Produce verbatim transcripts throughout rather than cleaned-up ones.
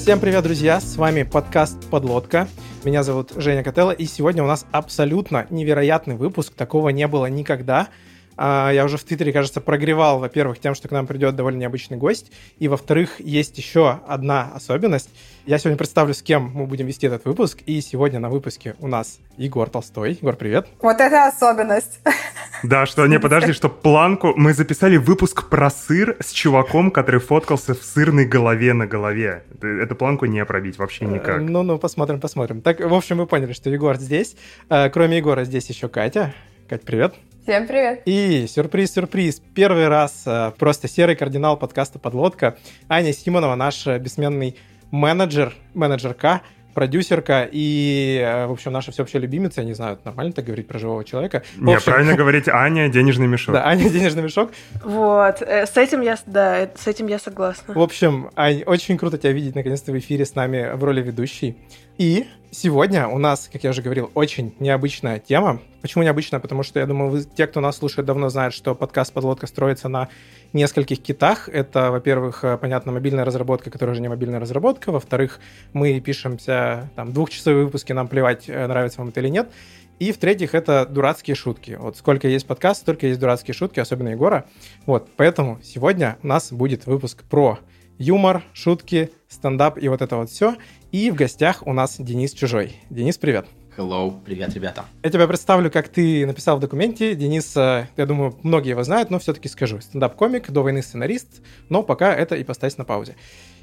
Всем привет, друзья! С вами подкаст «Подлодка». Меня зовут Женя Котелло, и сегодня у нас абсолютно невероятный выпуск. Такого не было никогда. Я уже в Твиттере, кажется, прогревал, во-первых, тем, что к нам придет довольно необычный гость, и, во-вторых, есть еще одна особенность. Я сегодня представлю, с кем мы будем вести этот выпуск, и сегодня на выпуске у нас Егор Толстой. Егор, привет. Вот это особенность. Да, что, не, подожди, что планку... Мы записали выпуск про сыр с чуваком, который фоткался в сырной голове на голове. Эту планку не пробить вообще никак. Ну-ну, посмотрим, посмотрим. Так, в общем, вы поняли, что Егор здесь. Кроме Егора здесь еще Катя. Кать, привет. Всем привет. И сюрприз-сюрприз. Первый раз просто серый кардинал подкаста «Подлодка». Аня Симонова, наш бессменный менеджер, менеджерка, продюсерка и, в общем, наша всеобщая любимица. Я не знаю, нормально так говорить про живого человека. Не, общем... правильно говорить Аня денежный мешок. Да, Аня денежный мешок. Вот, с этим я, да, с этим я согласна. В общем, Ань, очень круто тебя видеть наконец-то в эфире с нами в роли ведущей. И сегодня у нас, как я уже говорил, очень необычная тема. Почему необычная? Потому что, я думаю, вы, те, кто нас слушает, давно знают, что подкаст «Подлодка» строится на нескольких китах. Это, во-первых, понятно, мобильная разработка, которая уже не мобильная разработка. Во-вторых, мы пишемся, там, двухчасовые выпуски, нам плевать, нравится вам это или нет. И, в-третьих, это дурацкие шутки. Вот сколько есть подкаст, столько есть дурацкие шутки, особенно Егора. Вот, поэтому сегодня у нас будет выпуск про юмор, шутки, стендап и вот это вот все. И в гостях у нас Денис Чужой. Денис, привет. Hello, привет, ребята. Я тебя представлю, как ты написал в документе. Денис, я думаю, многие его знают, но все-таки скажу. Стендап-комик, до войны сценарист, но пока это ипостась на паузе.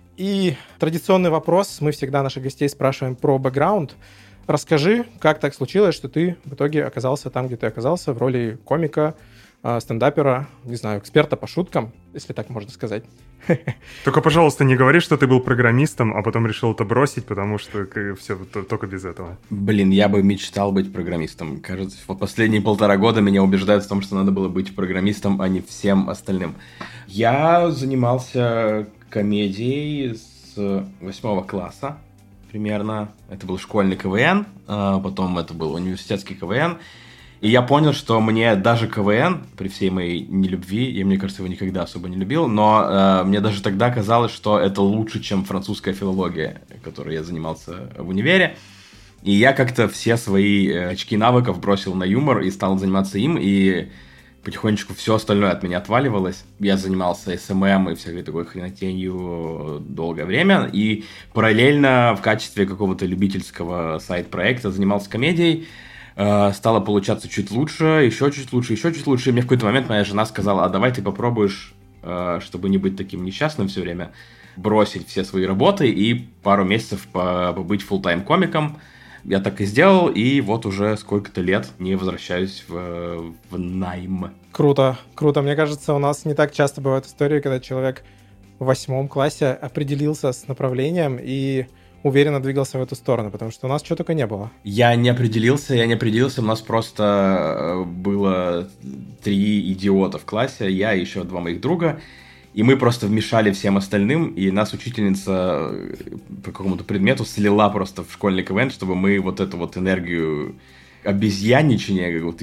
И традиционный вопрос. Мы всегда наших гостей спрашиваем про бэкграунд. Расскажи, как так случилось, что ты в итоге оказался там, где ты оказался, в роли комика, стендапера, не знаю, эксперта по шуткам, если так можно сказать. Только, пожалуйста, не говори, что ты был программистом, а потом решил это бросить, потому что все только без этого. Блин, я бы мечтал быть программистом. Кажется, в последние полтора года меня убеждают в том, что надо было быть программистом, а не всем остальным. Я занимался комедией с восьмого класса примерно. Это был школьный КВН, а потом это был университетский КВН. И я понял, что мне даже КВН, при всей моей нелюбви, я, мне кажется, его никогда особо не любил, но э, мне даже тогда казалось, что это лучше, чем французская филология, которой я занимался в универе. И я как-то все свои очки навыков бросил на юмор и стал заниматься им, и потихонечку все остальное от меня отваливалось. Я занимался эс эм эм и всякой такой хренотенью долгое время, и параллельно в качестве какого-то любительского сайт-проекта занимался комедией. Стало получаться чуть лучше, еще чуть лучше, еще чуть лучше. И мне в какой-то момент моя жена сказала: а давай ты попробуешь, чтобы не быть таким несчастным все время, бросить все свои работы и пару месяцев побыть фулл-тайм комиком. Я так и сделал, и вот уже сколько-то лет не возвращаюсь в, в найм. Круто, круто. Мне кажется, у нас не так часто бывают истории, когда человек в восьмом классе определился с направлением и уверенно двигался в эту сторону, потому что у нас чего только не было. Я не определился, я не определился, у нас просто было три идиота в классе, я и еще два моих друга, и мы просто вмешали всем остальным, и нас учительница по какому-то предмету слила просто в школьный КВН, чтобы мы вот эту вот энергию обезьянничания, какого-то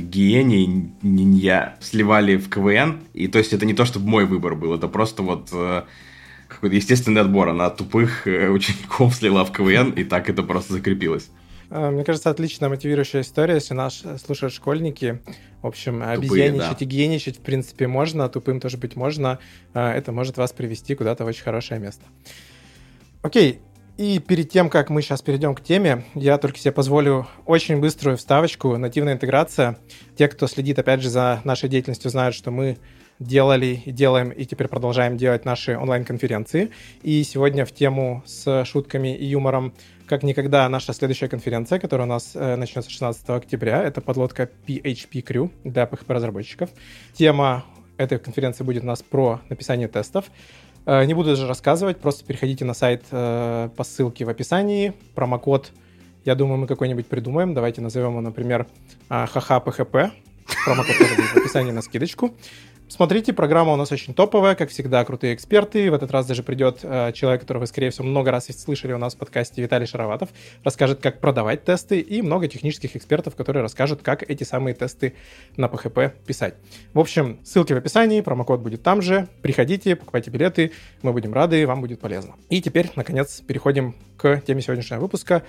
гиения сливали в КВН, и то есть это не то, чтобы мой выбор был, это просто вот какой-то естественный отбор. Она тупых учеников слила в КВН, и так это просто закрепилось. Мне кажется, отличная мотивирующая история, если нас слушают школьники. В общем, обезьяничать, да, и геничать, в принципе, можно, тупым тоже быть можно. Это может вас привести куда-то в очень хорошее место. Окей, и перед тем, как мы сейчас перейдем к теме, я только себе позволю очень быструю вставочку. Нативная интеграция. Те, кто следит, опять же, за нашей деятельностью, знают, что мы делали и делаем, и теперь продолжаем делать наши онлайн-конференции. И сегодня в тему с шутками и юмором, как никогда, наша следующая конференция, которая у нас э, начнется шестнадцатого октября. Это подлодка пи эйч пи Crew для пи эйч пи-разработчиков. Тема этой конференции будет у нас про написание тестов. Э, не буду даже рассказывать, просто переходите на сайт э, по ссылке в описании. Промокод, я думаю, мы какой-нибудь придумаем. Давайте назовем его, например, ха-ха пэ хэ пэ. Промокод тоже будет в описании на скидочку. смотрите, программа у нас очень топовая, как всегда, крутые эксперты. В этот раз даже придет э, человек, которого вы, скорее всего, много раз слышали у нас в подкасте, Виталий Шароватов, расскажет, как продавать тесты, и много технических экспертов, которые расскажут, как эти самые тесты на пэ хэ пэ писать. В общем, ссылки в описании, промокод будет там же. Приходите, покупайте билеты, мы будем рады, вам будет полезно. И теперь, наконец, переходим к теме сегодняшнего выпуска.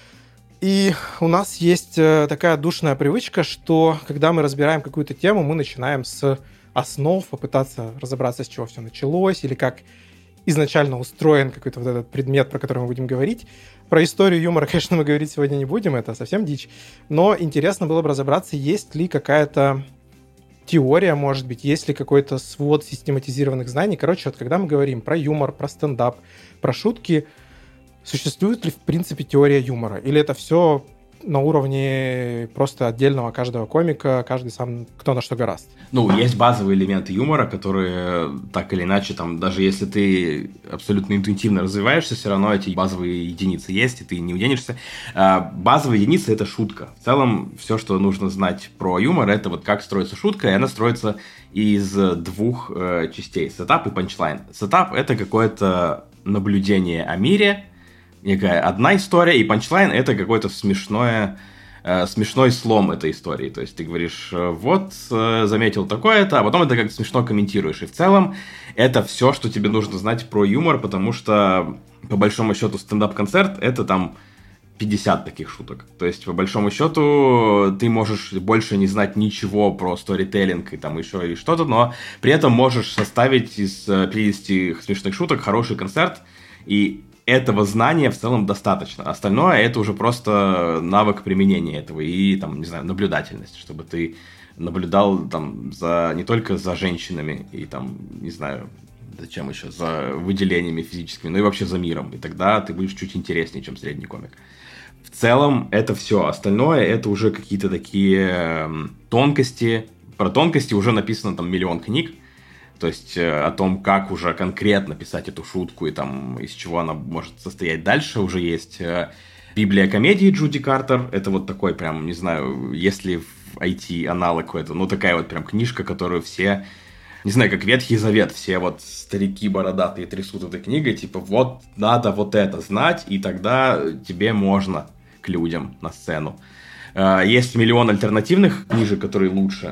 И у нас есть такая душная привычка, что когда мы разбираем какую-то тему, мы начинаем с основ, попытаться разобраться, с чего все началось, или как изначально устроен какой-то вот этот предмет, про который мы будем говорить. Про историю юмора, конечно, мы говорить сегодня не будем, это совсем дичь. Но интересно было бы разобраться, есть ли какая-то теория, может быть, есть ли какой-то свод систематизированных знаний. Короче, вот когда мы говорим про юмор, про стендап, про шутки, существует ли, в принципе, теория юмора? Или это все на уровне просто отдельного каждого комика, каждый сам кто на что горазд? Ну, есть базовые элементы юмора, которые так или иначе, там, даже если ты абсолютно интуитивно развиваешься, все равно эти базовые единицы есть, и ты не уденешься. Базовая единица — это шутка. В целом, все, что нужно знать про юмор, это вот как строится шутка, и она строится из двух э, частей — сетап и панчлайн. Сетап — это какое-то наблюдение о мире, некая одна история, и панчлайн — это какой-то смешное, э, смешной слом этой истории. То есть ты говоришь, вот, э, заметил такое-то, а потом это как-то смешно комментируешь. И в целом это все, что тебе нужно знать про юмор, потому что, по большому счету, стендап-концерт — это там пятьдесят таких шуток. То есть, по большому счету, ты можешь больше не знать ничего про сторителлинг и там еще и что-то, но при этом можешь составить из пятидесяти смешных шуток хороший концерт, и этого знания в целом достаточно. Остальное — это уже просто навык применения этого и, там, не знаю, наблюдательность, чтобы ты наблюдал там за, не только за женщинами и там, не знаю, зачем еще, за выделениями физическими, но и вообще за миром. И тогда ты будешь чуть интереснее, чем средний комик. В целом это все. Остальное — это уже какие-то такие тонкости. Про тонкости уже написано там миллион книг. То есть э, о том, как уже конкретно писать эту шутку и там из чего она может состоять дальше, уже есть э, Библия комедии Джуди Картер. Это вот такой прям, не знаю, если в ай ти аналог это, ну такая вот прям книжка, которую все, не знаю, как Ветхий Завет, все вот старики бородатые трясут этой книгой, типа вот надо вот это знать, и тогда тебе можно к людям на сцену. Есть миллион альтернативных книжек, которые лучше,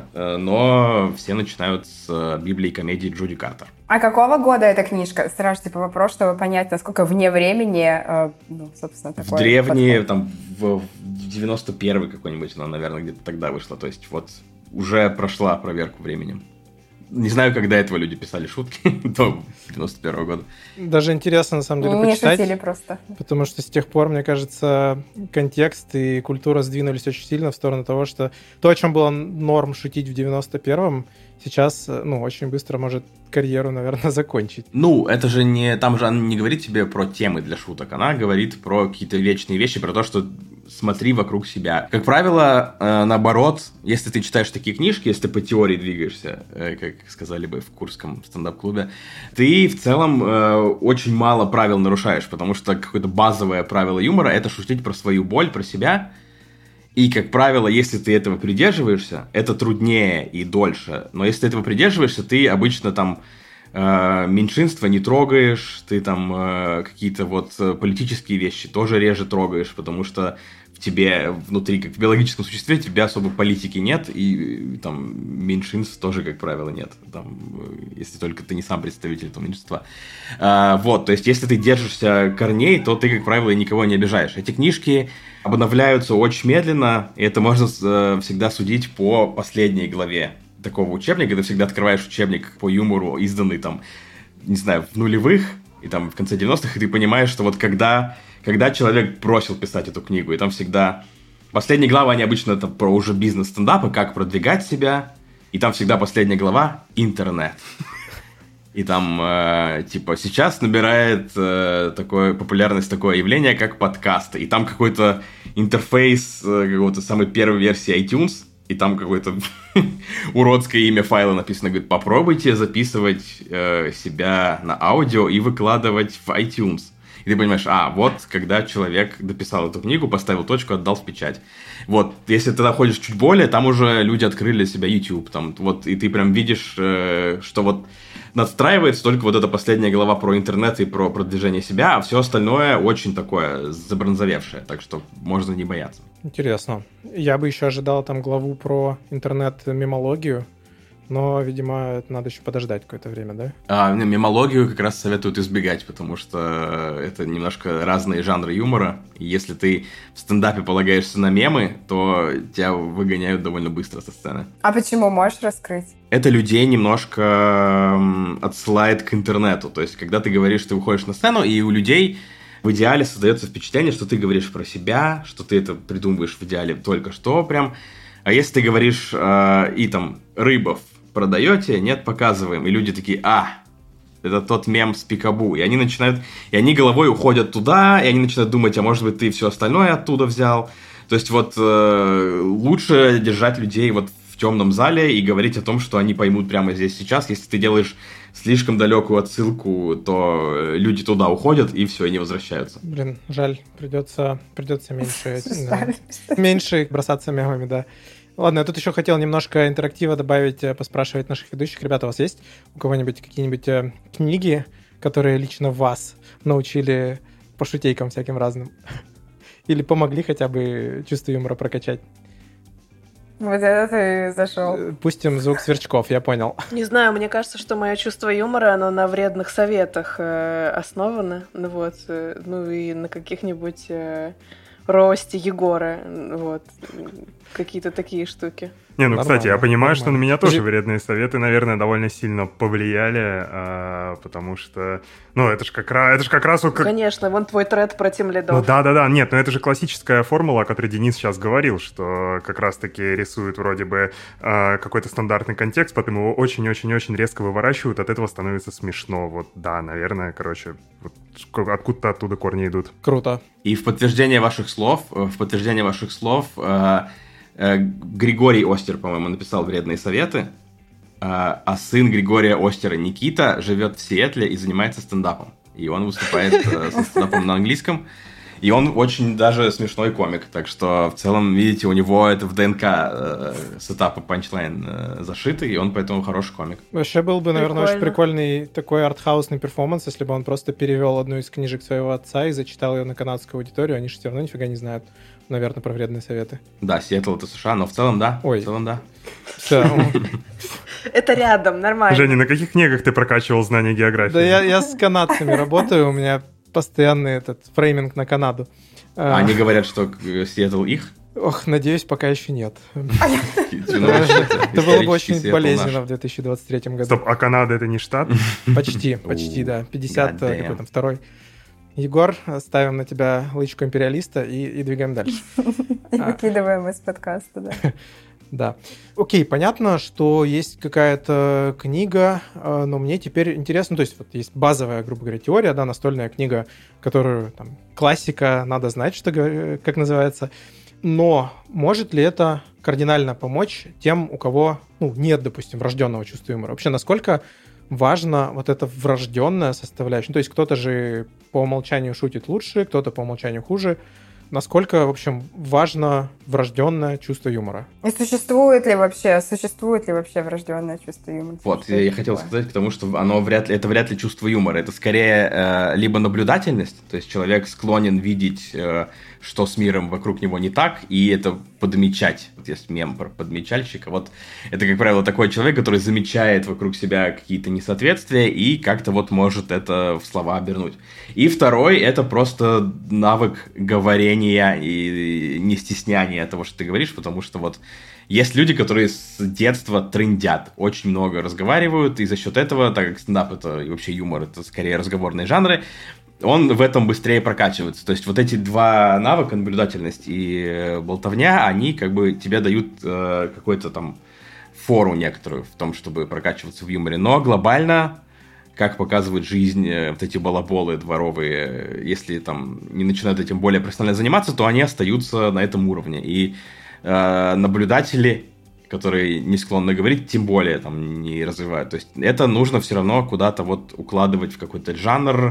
но все начинают с Библии комедии Джуди Картер. А какого года эта книжка? Сразу типа вопрос, чтобы понять, насколько вне времени, ну, собственно, такое. В древние, там, в девяносто первый какой-нибудь, она, наверное, где-то тогда вышла. То есть вот уже прошла проверку временем. Не знаю, когда этого люди писали шутки, до девяносто первого года. Даже интересно, на самом деле, не почитать. Не шутили просто. Потому что с тех пор, мне кажется, контекст и культура сдвинулись очень сильно в сторону того, что то, о чем было норм шутить в девяносто первом, сейчас, ну, очень быстро может карьеру, наверное, закончить. Ну, это же не... Там же она не говорит тебе про темы для шуток. Она говорит про какие-то вечные вещи, про то, что смотри вокруг себя. Как правило, э, наоборот, если ты читаешь такие книжки, если ты по теории двигаешься, э, как сказали бы в Курском стендап-клубе, ты в целом э, очень мало правил нарушаешь, потому что какое-то базовое правило юмора — это шутить про свою боль, про себя. И, как правило, если ты этого придерживаешься, это труднее и дольше. Но если ты этого придерживаешься, ты обычно там э, меньшинства не трогаешь, ты там э, какие-то вот политические вещи тоже реже трогаешь, потому что в тебе внутри, как в биологическом существе, у тебя особо политики нет, и, и там меньшинств тоже, как правило, нет. Там, если только ты не сам представитель этого меньшинства. А, вот, то есть, если ты держишься корней, то ты, как правило, никого не обижаешь. Эти книжки обновляются очень медленно, и это можно э, всегда судить по последней главе такого учебника. Ты всегда открываешь учебник по юмору, изданный там, не знаю, в нулевых, и там в конце девяностых, и ты понимаешь, что вот когда... Когда человек бросил писать эту книгу, и там всегда... Последние главы, они обычно это про уже бизнес-стендапы, как продвигать себя, и там всегда последняя глава — интернет. И там, э, типа, сейчас набирает э, такое, популярность такое явление, как подкасты, и там какой-то интерфейс э, какого-то самой первой версии iTunes, и там какое-то уродское имя файла написано, говорит, попробуйте записывать э, себя на аудио и выкладывать в iTunes. И ты понимаешь, а, вот когда человек дописал эту книгу, поставил точку, отдал в печать. Вот, если ты находишь чуть более, там уже люди открыли для себя YouTube, там, вот, и ты прям видишь, э, что вот надстраивается только вот эта последняя глава про интернет и про продвижение себя, а все остальное очень такое забронзовевшее, так что можно не бояться. Интересно. Я бы еще ожидал там главу про интернет-мемологию, но, видимо, это надо еще подождать какое-то время, да? А, мемологию как раз советуют избегать, потому что это немножко разные жанры юмора. И если ты в стендапе полагаешься на мемы, то тебя выгоняют довольно быстро со сцены. А почему? Можешь раскрыть? Это людей немножко отсылает к интернету. То есть, когда ты говоришь, ты выходишь на сцену, и у людей в идеале создается впечатление, что ты говоришь про себя, что ты это придумываешь в идеале только что прям. А если ты говоришь э, и там рыбов продаете, нет, показываем. И люди такие, а, это тот мем с Пикабу. И они начинают, и они головой уходят туда, и они начинают думать, а может быть ты все остальное оттуда взял. То есть вот э, лучше держать людей вот в темном зале и говорить о том, что они поймут прямо здесь сейчас. Если ты делаешь слишком далекую отсылку, то люди туда уходят и все, и не возвращаются. Блин, жаль, придется, придется меньше, меньше бросаться мемами, да. Ладно, я тут еще хотел немножко интерактива добавить, поспрашивать наших ведущих. Ребята, у вас есть у кого-нибудь какие-нибудь э, книги, которые лично вас научили по шутейкам всяким разным? Или помогли хотя бы чувство юмора прокачать? Вот это ты зашел. Пустим звук сверчков, я понял. Не знаю, мне кажется, что мое чувство юмора, оно на вредных советах э, основано. Ну вот, э, ну и на каких-нибудь... Э, росте Егора, вот, какие-то такие штуки. Не, ну, Нормально, кстати, я понимаю, нормально. что на меня тоже вредные советы, наверное, довольно сильно повлияли, а, потому что, ну, это же как раз... Это ж как раз вот как... Конечно, вон твой тред про Тим Лидов. Ну, да-да-да, нет, ну это же классическая формула, о которой Денис сейчас говорил, что как раз-таки рисуют вроде бы а, какой-то стандартный контекст, потом его очень-очень-очень резко выворачивают, от этого становится смешно. Вот, да, наверное, короче, вот, откуда-то оттуда корни идут. Круто. И в подтверждение ваших слов, в подтверждение ваших слов, э, э, Григорий Остер, по-моему, написал «Вредные советы», э, а сын Григория Остера, Никита, живет в Сиэтле и занимается стендапом. И он выступает э, со стендапом на английском. И он очень даже смешной комик. Так что, в целом, видите, у него это в ДНК э, сетапа панчлайн э, зашитый, и он поэтому хороший комик. Вообще был бы, наверное, Прикольно. очень прикольный такой артхаусный перформанс, если бы он просто перевел одну из книжек своего отца и зачитал ее на канадскую аудиторию. Они же все равно нифига не знают, наверное, про вредные советы. Да, Сиэтл это США, но в целом да. Ой. В целом да. Все. Это рядом, нормально. Женя, на каких книгах ты прокачивал знания географии? Да я, я с канадцами работаю, у меня постоянный этот фрейминг на Канаду. А они говорят, что Сиэтл их? Ох, надеюсь, пока еще нет. Это Это было бы очень болезненно в две тысячи двадцать третьем году. Стоп, а Канада это не штат? Почти, почти, да. пятьдесят, какой там, второй. Егор, ставим на тебя лычку империалиста и, и двигаем дальше. И выкидываем из подкаста, да. Да. Окей, понятно, что есть какая-то книга, но мне теперь интересно, то есть вот есть базовая, грубо говоря, теория, да, настольная книга, которую там классика, надо знать, что как называется, но может ли это кардинально помочь тем, у кого, ну, нет, допустим, врожденного чувства юмора? Вообще, насколько важно вот эта врожденная составляющая? Ну, то есть кто-то же по умолчанию шутит лучше, кто-то по умолчанию хуже. Насколько, в общем, важно врожденное чувство юмора? И существует ли вообще, существует ли вообще врожденное чувство юмора? Вот, Что я, я это хотел такое? сказать, потому что оно вряд ли, это вряд ли чувство юмора, это скорее э, либо наблюдательность, то есть человек склонен видеть, э, что с миром вокруг него не так, и это подмечать. Вот есть мем про подмечальщика. Вот это, как правило, такой человек, который замечает вокруг себя какие-то несоответствия и как-то вот может это в слова обернуть. И второй — это просто навык говорения и не стесняния того, что ты говоришь, потому что вот есть люди, которые с детства трындят, очень много разговаривают, и за счет этого, так как стендап это и вообще юмор, это скорее разговорные жанры, он в этом быстрее прокачивается. То есть вот эти два навыка, наблюдательность и болтовня, они как бы тебе дают э, какой-то там фору некоторую в том, чтобы прокачиваться в юморе. Но глобально, как показывает жизнь, э, вот эти балаболы дворовые, если там не начинают этим более профессионально заниматься, то они остаются на этом уровне. И э, наблюдатели, которые не склонны говорить, тем более там не развивают. То есть это нужно все равно куда-то вот укладывать в какой-то жанр,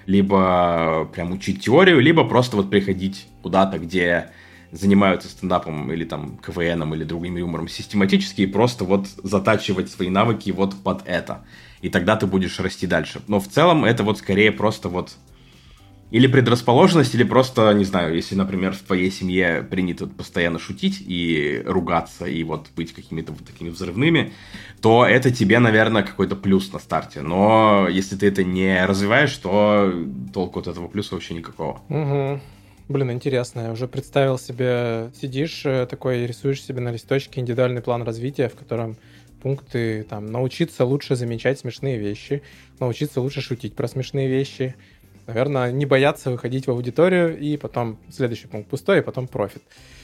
либо прям учить теорию, либо просто вот приходить куда-то, где занимаются стендапом или там КВНом или другим юмором систематически и просто вот затачивать свои навыки вот под это. И тогда ты будешь расти дальше. Но в целом это вот скорее просто вот или предрасположенность, или просто, не знаю, если, например, в твоей семье принято постоянно шутить и ругаться, и вот быть какими-то вот такими взрывными, то это тебе, наверное, какой-то плюс на старте. Но если ты это не развиваешь, то толку от этого плюса вообще никакого. Угу. Блин, интересно. Я уже представил себе, сидишь такой, рисуешь себе на листочке индивидуальный план развития, в котором пункты, там, научиться лучше замечать смешные вещи, научиться лучше шутить про смешные вещи, наверное, не бояться выходить в аудиторию, и потом следующий пункт пустой, и потом профит.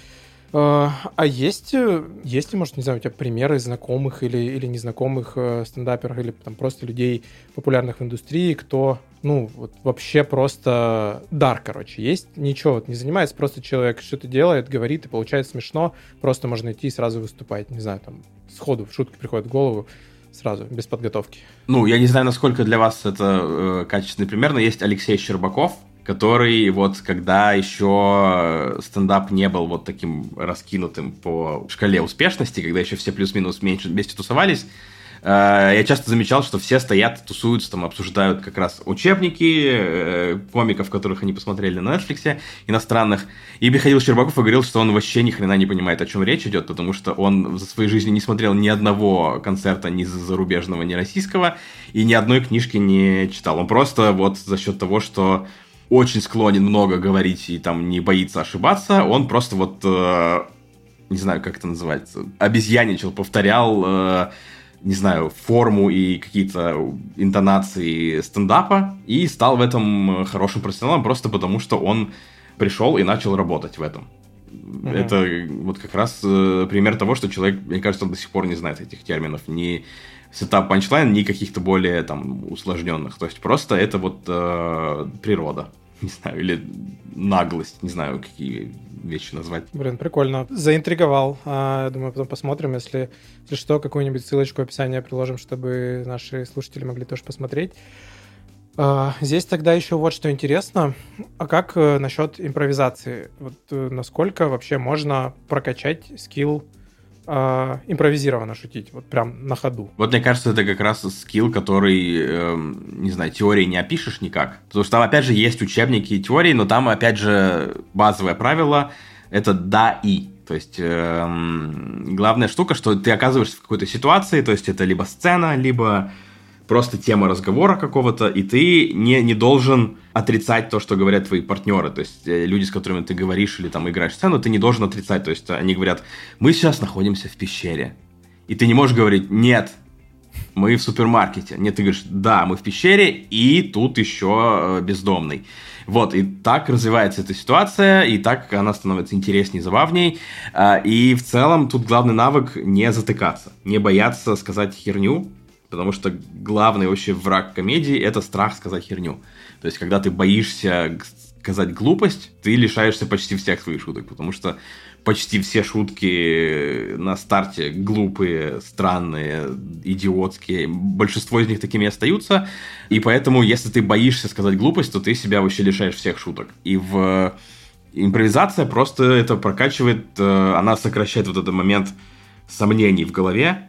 А есть, есть ли, может, не знаю, у тебя примеры знакомых или, или незнакомых стендаперов, или там просто людей, популярных в индустрии, кто, ну, вот вообще просто дар, короче, есть, ничего вот не занимается, просто человек что-то делает, говорит, и получается смешно, просто можно идти и сразу выступать, не знаю, там, сходу, шутки приходят в голову, сразу, без подготовки. Ну, я не знаю, насколько для вас это э, качественный пример, но есть Алексей Щербаков, который вот когда еще стендап не был вот таким раскинутым по шкале успешности, когда еще все плюс-минус меньше вместе тусовались, э, я часто замечал, что все стоят, тусуются, там обсуждают как раз учебники э, комиков, которых они посмотрели на Netflix, иностранных. И Михаил Щербаков говорил, что он вообще ни хрена не понимает, о чем речь идет, потому что он за своей жизнью не смотрел ни одного концерта, ни зарубежного, ни российского, и ни одной книжки не читал. Он просто вот за счет того, что очень склонен много говорить и там не боится ошибаться, он просто вот, э, не знаю, как это называется, обезьяничал, повторял, э, не знаю, форму и какие-то интонации стендапа и стал в этом хорошим профессионалом просто потому, что он пришел и начал работать в этом. Mm-hmm. Это вот как раз э, пример того, что человек, мне кажется, он до сих пор не знает этих терминов, ни сетап панчлайн, ни каких-то более там усложненных. То есть просто это вот э, природа, не знаю, или наглость, не знаю, какие вещи назвать. Блин, прикольно. Заинтриговал. Я думаю, потом посмотрим, если, если что, какую-нибудь ссылочку в описании приложим, чтобы наши слушатели могли тоже посмотреть. Здесь тогда еще вот что интересно. А как насчет импровизации? Вот насколько вообще можно прокачать скилл э, импровизированно шутить, вот прям на ходу? Вот мне кажется, это как раз скилл, который, э, не знаю, теорией не опишешь никак. Потому что там, опять же, есть учебники и теории, но там, опять же, базовое правило — это «да» и. То есть э, главная штука, что ты оказываешься в какой-то ситуации, то есть это либо сцена, либо просто тема разговора какого-то, и ты не, не должен отрицать то, что говорят твои партнеры. То есть люди, с которыми ты говоришь или там играешь сцену, ты не должен отрицать. То есть они говорят: мы сейчас находимся в пещере. И ты не можешь говорить: нет, мы в супермаркете. Нет, ты говоришь: да, мы в пещере, и тут еще бездомный. Вот, и так развивается эта ситуация, и так она становится интересней, забавней. И в целом тут главный навык не затыкаться, не бояться сказать херню, потому что главный вообще враг комедии — это страх сказать херню. То есть, когда ты боишься сказать глупость, ты лишаешься почти всех своих шуток, потому что почти все шутки на старте глупые, странные, идиотские. Большинство из них такими остаются, и поэтому, если ты боишься сказать глупость, то ты себя вообще лишаешь всех шуток. И в импровизация просто это прокачивает, она сокращает вот этот момент сомнений в голове.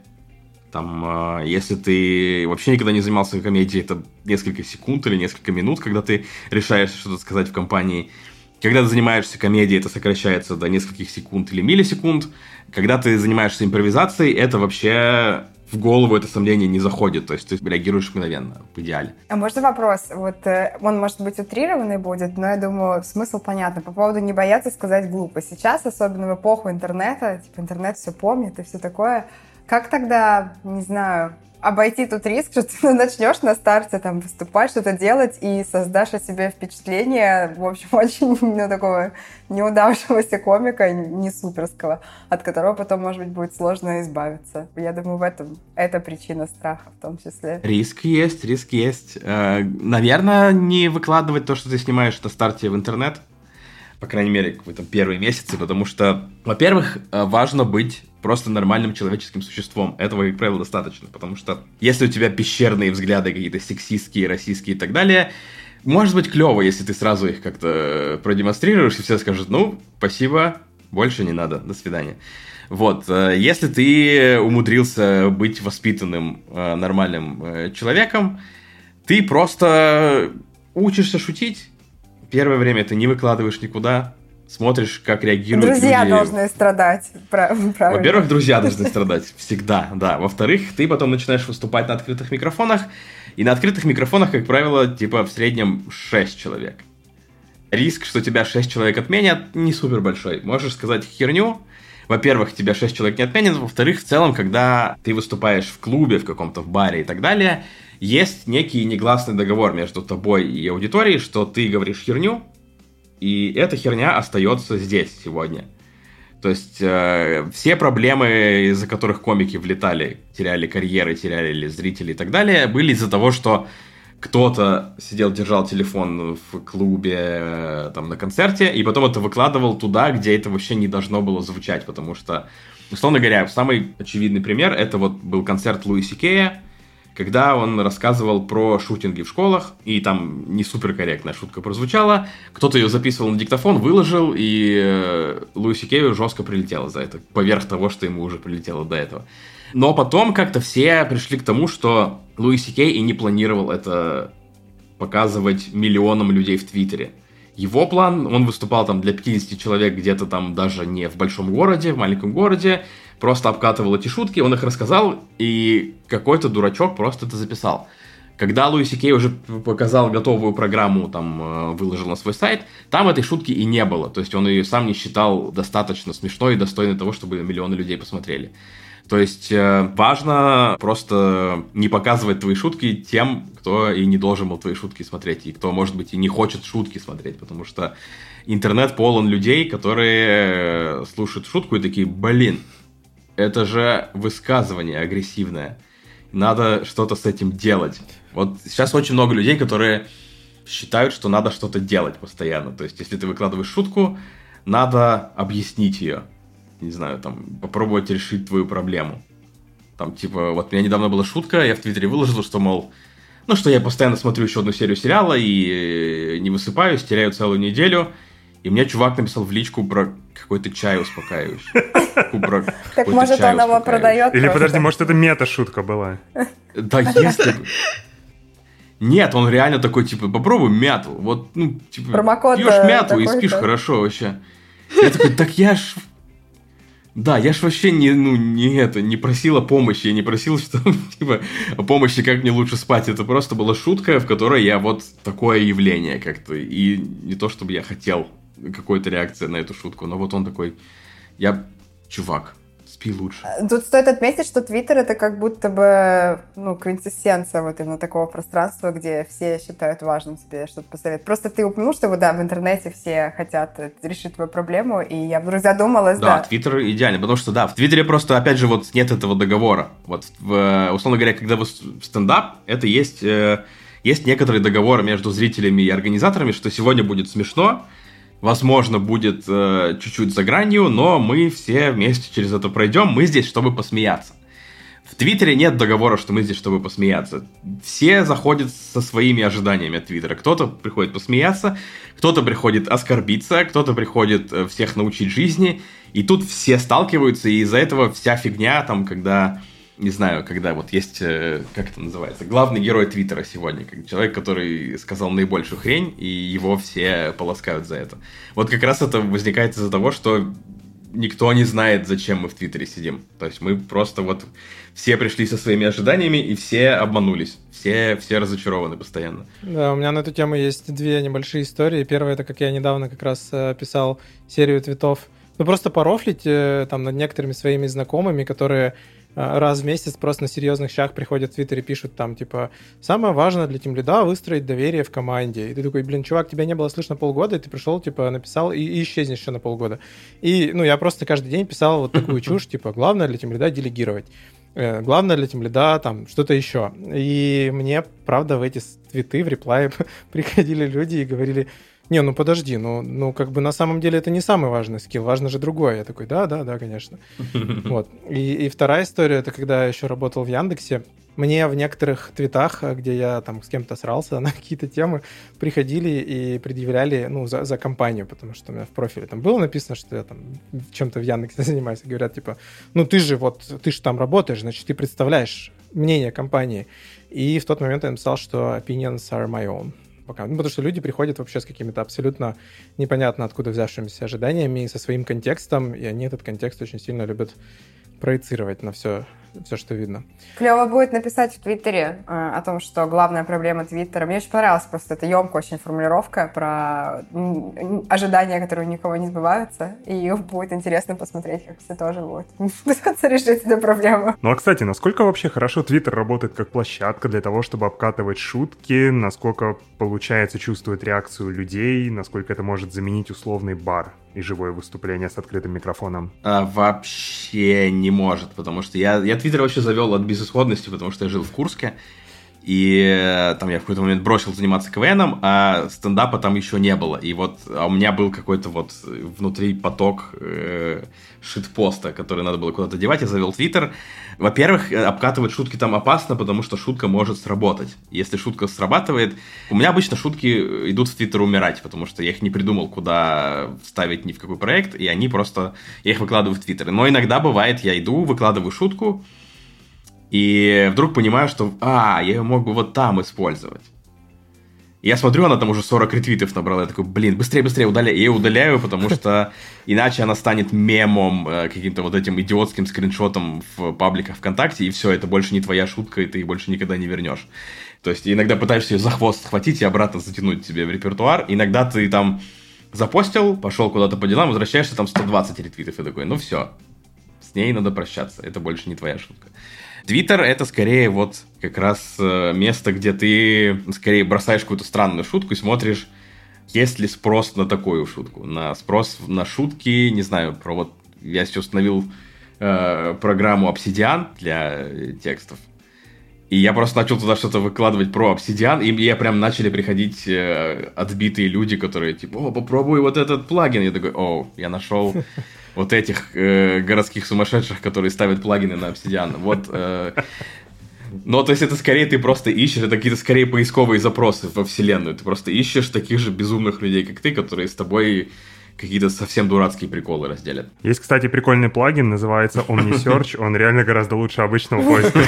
Там, если ты вообще никогда не занимался комедией, это несколько секунд или несколько минут, когда ты решаешь что-то сказать в компании. Когда ты занимаешься комедией, это сокращается до нескольких секунд или миллисекунд. Когда ты занимаешься импровизацией, это вообще в голову это сомнение не заходит. То есть ты реагируешь мгновенно, в идеале. А можно вопрос? Вот он, может быть, утрированный будет, но я думаю, смысл понятный. По поводу не бояться сказать глупость. Сейчас, особенно в эпоху интернета, типа интернет все помнит и все такое. Как тогда, не знаю, обойти тут риск, что ты начнешь на старте там выступать, что-то делать и создашь о себе впечатление, в общем, очень, ну, такого неудавшегося комика, не суперского, от которого потом, может быть, будет сложно избавиться. Я думаю, в этом это причина страха в том числе. Риск есть, риск есть. Наверное, не выкладывать то, что ты снимаешь на старте в интернет, по крайней мере, какой-то первые месяцы, потому что, во-первых, важно быть просто нормальным человеческим существом. Этого, как правило, достаточно, потому что если у тебя пещерные взгляды какие-то сексистские, расистские и так далее, может быть клево, если ты сразу их как-то продемонстрируешь, и все скажут, ну, спасибо, больше не надо, до свидания. Вот, если ты умудрился быть воспитанным, нормальным человеком, ты просто учишься шутить. Первое время ты не выкладываешь никуда, смотришь, как реагируют друзья люди. Друзья должны страдать, правильно. Во-первых, друзья должны страдать всегда, да. Во-вторых, ты потом начинаешь выступать на открытых микрофонах, и на открытых микрофонах, как правило, типа в среднем шесть человек. Риск, что тебя шесть человек отменят, не супер большой. Можешь сказать херню. Во-первых, тебя шесть человек не отменят. Во-вторых, в целом, когда ты выступаешь в клубе, в каком-то в баре и так далее, есть некий негласный договор между тобой и аудиторией, что ты говоришь херню, и эта херня остается здесь сегодня. То есть э, все проблемы, из-за которых комики влетали, теряли карьеры, теряли зрителей и так далее, были из-за того, что кто-то сидел, держал телефон в клубе, э, там, на концерте, и потом это выкладывал туда, где это вообще не должно было звучать, потому что, условно говоря, самый очевидный пример, это вот был концерт Луи Си Кея, когда он рассказывал про шутинги в школах, и там не суперкорректная шутка прозвучала, кто-то ее записывал на диктофон, выложил, и э, Луи Си Кею жестко прилетело за это, поверх того, что ему уже прилетело до этого. Но потом как-то все пришли к тому, что Луи Си Кей и не планировал это показывать миллионам людей в Твиттере. Его план, он выступал там для пятьдесят человек где-то там даже не в большом городе, в маленьком городе, просто обкатывал эти шутки, он их рассказал, и какой-то дурачок просто это записал. Когда Луи Си Кей уже показал готовую программу, там, выложил на свой сайт, там этой шутки и не было. То есть он ее сам не считал достаточно смешной и достойной того, чтобы миллионы людей посмотрели. То есть важно просто не показывать твои шутки тем, кто и не должен был твои шутки смотреть, и кто, может быть, и не хочет шутки смотреть, потому что интернет полон людей, которые слушают шутку и такие, блин, это же высказывание агрессивное, надо что-то с этим делать. Вот сейчас очень много людей, которые считают, что надо что-то делать постоянно. То есть, если ты выкладываешь шутку, надо объяснить ее. Не знаю, там, попробовать решить твою проблему. Там, типа, вот у меня недавно была шутка, я в Твиттере выложил, что, мол, ну, что я постоянно смотрю еще одну серию сериала и не высыпаюсь, теряю целую неделю, и мне чувак написал в личку про какой-то чай успокаивающий. Так, может, он его продает? Или, подожди, может, это мета-шутка была? Да, если... Нет, он реально такой, типа, попробуй мяту. Вот, ну, типа, пьешь мяту и спишь хорошо вообще. Я такой, так я ж... Да, я ж вообще не, ну, не это, не просил о помощи, я не просил, что, типа, о помощи, как мне лучше спать. Это просто была шутка, в которой я вот такое явление как-то. И не то, чтобы я хотел какой-то реакции на эту шутку, но вот он такой, я чувак, спи лучше. Тут стоит отметить, что Твиттер — это как будто бы, ну, квинтэссенция вот именно такого пространства, где все считают важным тебе что-то посоветовать. Просто ты упомянул, что вот, да, в интернете все хотят решить твою проблему, и я вдруг задумалась, да. Да, Твиттер идеальный, потому что, да, в Твиттере просто, опять же, вот нет этого договора. Вот, в, условно говоря, когда вы стендап, это есть, э, есть некоторый договор между зрителями и организаторами, что сегодня будет смешно, возможно, будет э, чуть-чуть за гранью, но мы все вместе через это пройдем. Мы здесь, чтобы посмеяться. В Твиттере нет договора, что мы здесь, чтобы посмеяться. Все заходят со своими ожиданиями от Твиттера. Кто-то приходит посмеяться, кто-то приходит оскорбиться, кто-то приходит всех научить жизни. И тут все сталкиваются, и из-за этого вся фигня, там, когда... Не знаю, когда вот есть, как это называется, главный герой Твиттера сегодня, как человек, который сказал наибольшую хрень, и его все полоскают за это. Вот как раз это возникает из-за того, что никто не знает, зачем мы в Твиттере сидим. То есть мы просто вот все пришли со своими ожиданиями, и все обманулись. Все, все разочарованы постоянно. Да, у меня на эту тему есть две небольшие истории. Первая, это как я недавно как раз писал серию твитов, ну просто порофлить там над некоторыми своими знакомыми, которые раз в месяц просто на серьезных щах приходят в Твиттер и пишут там, типа, самое важное для тимлида — выстроить доверие в команде. И ты такой, блин, чувак, тебя не было слышно полгода, и ты пришел, типа, написал, и, и исчезнешь еще на полгода. И, ну, я просто каждый день писал вот такую чушь, типа, главное для тимлида — делегировать. Главное для тимлида там что-то еще. И мне, правда, в эти твиты, в реплай приходили люди и говорили, Не, ну подожди, ну, ну как бы на самом деле это не самый важный скилл, важно же другое. Я такой, да, да, да, конечно. Вот. И, и вторая история, это когда я еще работал в Яндексе, мне в некоторых твитах, где я там с кем-то срался на какие-то темы, приходили и предъявляли, ну, за, за компанию, потому что у меня в профиле там было написано, что я там чем-то в Яндексе занимаюсь. Говорят, типа, ну, ты же вот, ты же там работаешь, значит, ты представляешь мнение компании. И в тот момент я написал, что opinions are my own. Пока. Ну, потому что люди приходят вообще с какими-то абсолютно непонятно откуда взявшимися ожиданиями и со своим контекстом, и они этот контекст очень сильно любят проецировать на все, все, что видно. Клево будет написать в Твиттере э, о том, что главная проблема Твиттера. Мне очень понравилась просто эта емкая очень формулировка про ожидания, которые никого не сбываются. И будет интересно посмотреть, как все тоже будут пытаться решить эту проблему. Ну а, кстати, насколько вообще хорошо Твиттер работает как площадка для того, чтобы обкатывать шутки, насколько получается чувствовать реакцию людей, насколько это может заменить условный бар и живое выступление с открытым микрофоном? А, вообще не может, потому что я, я Твиттер вообще завел от безысходности, потому что я жил в Курске, и там я в какой-то момент бросил заниматься КВНом, а стендапа там еще не было. И вот а у меня был какой-то вот внутри поток э, шитпоста, который надо было куда-то девать. Я завел Твиттер. Во-первых, обкатывать шутки там опасно, потому что шутка может сработать. Если шутка срабатывает... У меня обычно шутки идут в Твиттер умирать, потому что я их не придумал, куда вставить ни в какой проект, и они просто... Я их выкладываю в Твиттер. Но иногда бывает, я иду, выкладываю шутку, и вдруг понимаю, что, а, я ее мог бы вот там использовать. Я смотрю, она там уже сорок ретвитов набрала. Я такой, блин, быстрее, быстрее удаляю. Я ее удаляю, потому что иначе она станет мемом, каким-то вот этим идиотским скриншотом в пабликах ВКонтакте, и все, это больше не твоя шутка, и ты их больше никогда не вернешь. То есть иногда пытаешься ее за хвост схватить и обратно затянуть тебе в репертуар. Иногда ты там запостил, пошел куда-то по делам, возвращаешься, там сто двадцать ретвитов, и такой, ну все, с ней надо прощаться, это больше не твоя шутка. Твиттер — это скорее вот как раз место, где ты скорее бросаешь какую-то странную шутку и смотришь, есть ли спрос на такую шутку. На спрос на шутки, не знаю, про вот... Я сейчас установил э, программу Obsidian для текстов, и я просто начал туда что-то выкладывать про Obsidian, и мне прям начали приходить э, отбитые люди, которые типа, о, попробуй вот этот плагин. Я такой, о, я нашел... вот этих э, городских сумасшедших, которые ставят плагины на Obsidian. Вот, э, ну, то есть это скорее ты просто ищешь, это какие-то скорее поисковые запросы во вселенную. Ты просто ищешь таких же безумных людей, как ты, которые с тобой какие-то совсем дурацкие приколы разделят. Есть, кстати, прикольный плагин, называется OmniSearch, он реально гораздо лучше обычного поиска.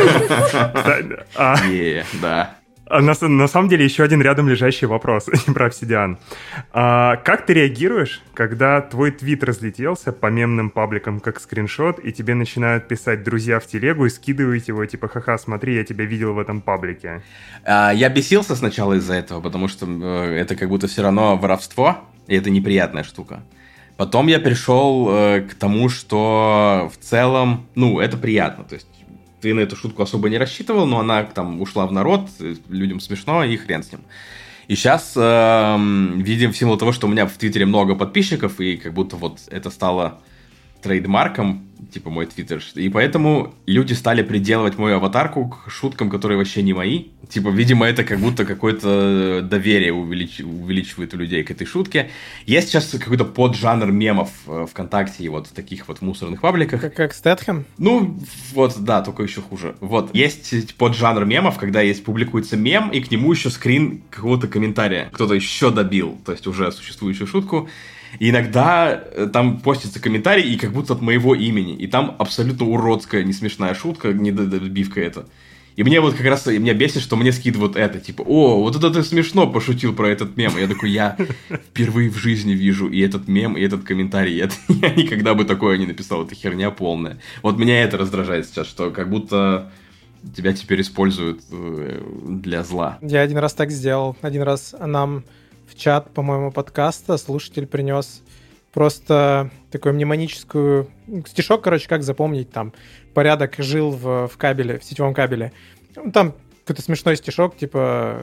Да. На, на самом деле, еще один рядом лежащий вопрос про Obsidian. А, как ты реагируешь, когда твой твит разлетелся по мемным пабликам как скриншот, и тебе начинают писать друзья в телегу и скидывают его, типа, ха-ха, смотри, я тебя видел в этом паблике? А, я бесился сначала из-за этого, потому что э, это как будто все равно воровство, и это неприятная штука. Потом я перешел э, к тому, что в целом, ну, это приятно, то есть ты на эту шутку особо не рассчитывал, но она там ушла в народ, людям смешно, и хрен с ним. И сейчас, э, видим, в силу того, что у меня в Твиттере много подписчиков, и как будто вот это стало трейдмарком, типа мой Твиттер, и поэтому люди стали приделывать мою аватарку к шуткам, которые вообще не мои. Типа, видимо, это как будто какое-то доверие увелич... увеличивает у людей к этой шутке. Есть сейчас какой-то поджанр мемов ВКонтакте и вот в таких вот мусорных пабликах. Как, как Стэтхэм? Ну, вот, да, только еще хуже. Вот, есть поджанр мемов, когда есть публикуется мем, и к нему еще скрин какого-то комментария. Кто-то еще добил, то есть уже существующую шутку. И иногда там постится комментарий, и как будто от моего имени. И там абсолютно уродская, несмешная шутка, недобивка это. И мне вот как раз, меня бесит, что мне скидывают это. Типа, о, вот это ты смешно пошутил про этот мем. И я такой, я впервые в жизни вижу и этот мем, и этот комментарий. Это, я никогда бы такое не написал, это херня полная. Вот меня это раздражает сейчас, что как будто тебя теперь используют для зла. Я один раз так сделал. Один раз нам... в чат, по-моему, подкаста слушатель принес просто такую мнемоническую... стишок, короче, как запомнить там порядок жил в, в кабеле, в сетевом кабеле. Там какой-то смешной стишок, типа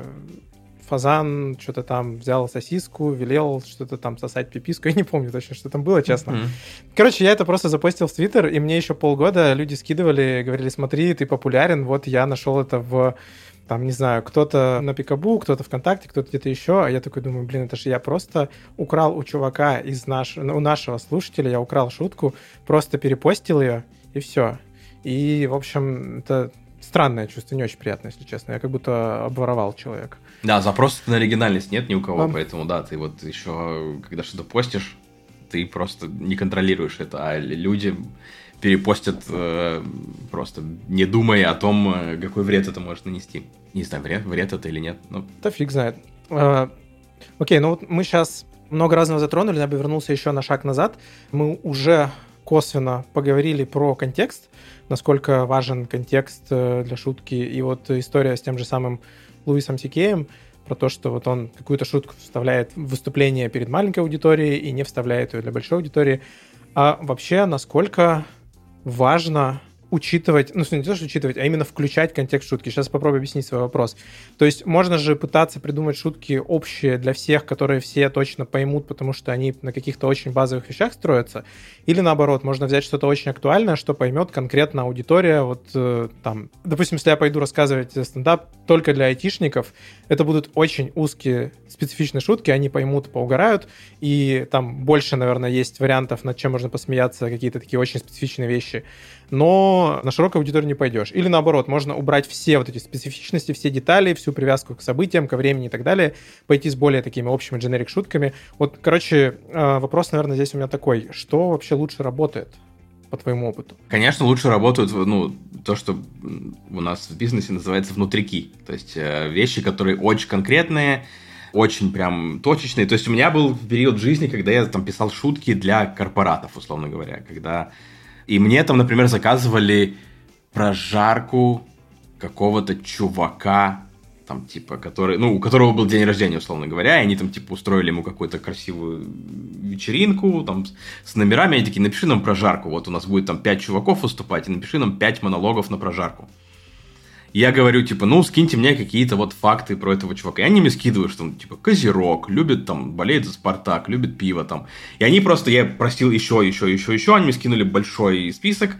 фазан что-то там взял сосиску, велел что-то там сосать пиписку. Я не помню точно, что там было, честно. Mm-hmm. Короче, я это просто запостил в Твиттер, и мне еще полгода люди скидывали, говорили, смотри, ты популярен, вот я нашел это в... там, не знаю, кто-то на Пикабу, кто-то ВКонтакте, кто-то где-то еще, а я такой думаю, блин, это же я просто украл у чувака из наш... у нашего слушателя, я украл шутку, просто перепостил ее, и все. И, в общем, это странное чувство, не очень приятное, если честно. Я как будто обворовал человека. Да, запроса на оригинальность нет ни у кого, а... поэтому, да, ты вот еще, когда что-то постишь, ты просто не контролируешь это, а люди перепостят э, просто не думая о том, какой вред это может нанести. Не знаю, вред, вред это или нет. Но... Да фиг знает. А, окей, ну вот мы сейчас много разного затронули, я бы вернулся еще на шаг назад. Мы уже косвенно поговорили про контекст, насколько важен контекст для шутки. И вот история с тем же самым Луисом Си Кеем, про то, что вот он какую-то шутку вставляет в выступление перед маленькой аудиторией и не вставляет ее для большой аудитории. А вообще, насколько важно учитывать, ну, не то, что учитывать, а именно включать контекст шутки. Сейчас попробую объяснить свой вопрос. То есть можно же пытаться придумать шутки общие для всех, которые все точно поймут, потому что они на каких-то очень базовых вещах строятся. Или наоборот, можно взять что-то очень актуальное, что поймет конкретно аудитория. Вот э, там, допустим, если я пойду рассказывать стендап только для айтишников, это будут очень узкие специфичные шутки, они поймут, поугарают, и там больше, наверное, есть вариантов, над чем можно посмеяться, какие-то такие очень специфичные вещи. Но на широкую аудиторию не пойдешь. Или наоборот, можно убрать все вот эти специфичности, все детали, всю привязку к событиям, ко времени и так далее, пойти с более такими общими дженерик-шутками. Вот, короче, вопрос, наверное, здесь у меня такой. Что вообще лучше работает, по твоему опыту? Конечно, лучше работают, ну, то, что у нас в бизнесе называется внутрики. То есть вещи, которые очень конкретные, очень прям точечные. То есть у меня был период в жизни, когда я там писал шутки для корпоратов, условно говоря, когда... И мне там, например, заказывали прожарку какого-то чувака, там, типа, который, ну, у которого был день рождения, условно говоря, и они там, типа, устроили ему какую-то красивую вечеринку, там, с номерами, они такие, напиши нам прожарку, вот у нас будет там пять чуваков выступать, и напиши нам пять монологов на прожарку. Я говорю, типа, ну, скиньте мне какие-то вот факты про этого чувака. И они мне скидывают, что он, типа, козерог, любит, там, болеет за Спартак, любит пиво, там. И они просто, я просил еще, еще, еще, еще, они мне скинули большой список.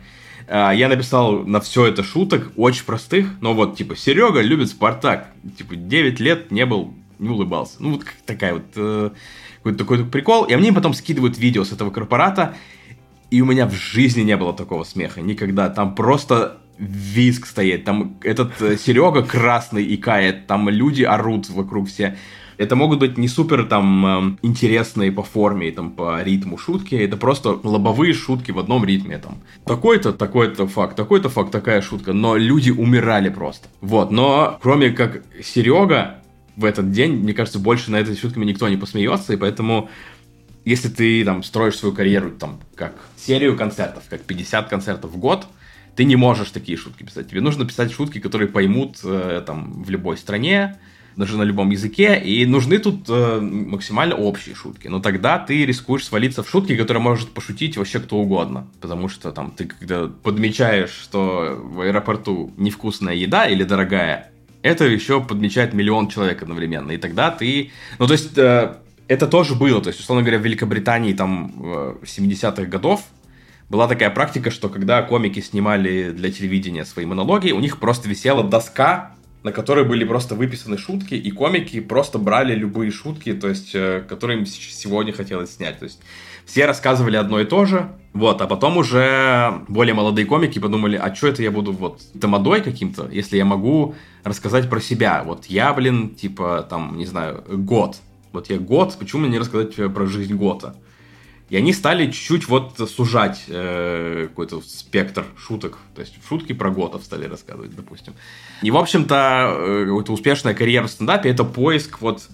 Я написал на все это шуток, очень простых, но вот, типа, Серега любит Спартак. Типа, девять лет не был, не улыбался. Ну, вот такая вот, э, какой-то такой прикол. И они потом скидывают видео с этого корпората, и у меня в жизни не было такого смеха, никогда. Там просто... визг стоит, там этот Серега красный икает, там люди орут вокруг все. Это могут быть не супер там интересные по форме, там по ритму шутки, это просто лобовые шутки в одном ритме там. Такой-то, такой-то факт, такой-то факт, такая шутка, но люди умирали просто. Вот, но кроме как Серега в этот день, мне кажется, больше на этой шутками никто не посмеется, и поэтому если ты там строишь свою карьеру там как серию концертов, как пятьдесят концертов в год, ты не можешь такие шутки писать. Тебе нужно писать шутки, которые поймут э, там в любой стране, даже на любом языке, и нужны тут э, максимально общие шутки. Но тогда ты рискуешь свалиться в шутки, которые может пошутить вообще кто угодно. Потому что там ты когда подмечаешь, что в аэропорту невкусная еда или дорогая, это еще подмечает миллион человек одновременно. И тогда ты... Ну, то есть, э, это тоже было. То есть, условно говоря, в Великобритании там э, семидесятых годов была такая практика, что когда комики снимали для телевидения свои монологи, у них просто висела доска, на которой были просто выписаны шутки, и комики просто брали любые шутки, то есть, которые им сегодня хотелось снять. То есть все рассказывали одно и то же, вот, а потом уже более молодые комики подумали, а что это я буду вот тамадой каким-то, если я могу рассказать про себя. Вот я, блин, типа, там, не знаю, год. Вот я год, почему мне не рассказать про жизнь года? И они стали чуть-чуть вот сужать э, какой-то спектр шуток. То есть шутки про готов стали рассказывать, допустим. И, в общем-то, э, вот успешная карьера в стендапе – это поиск вот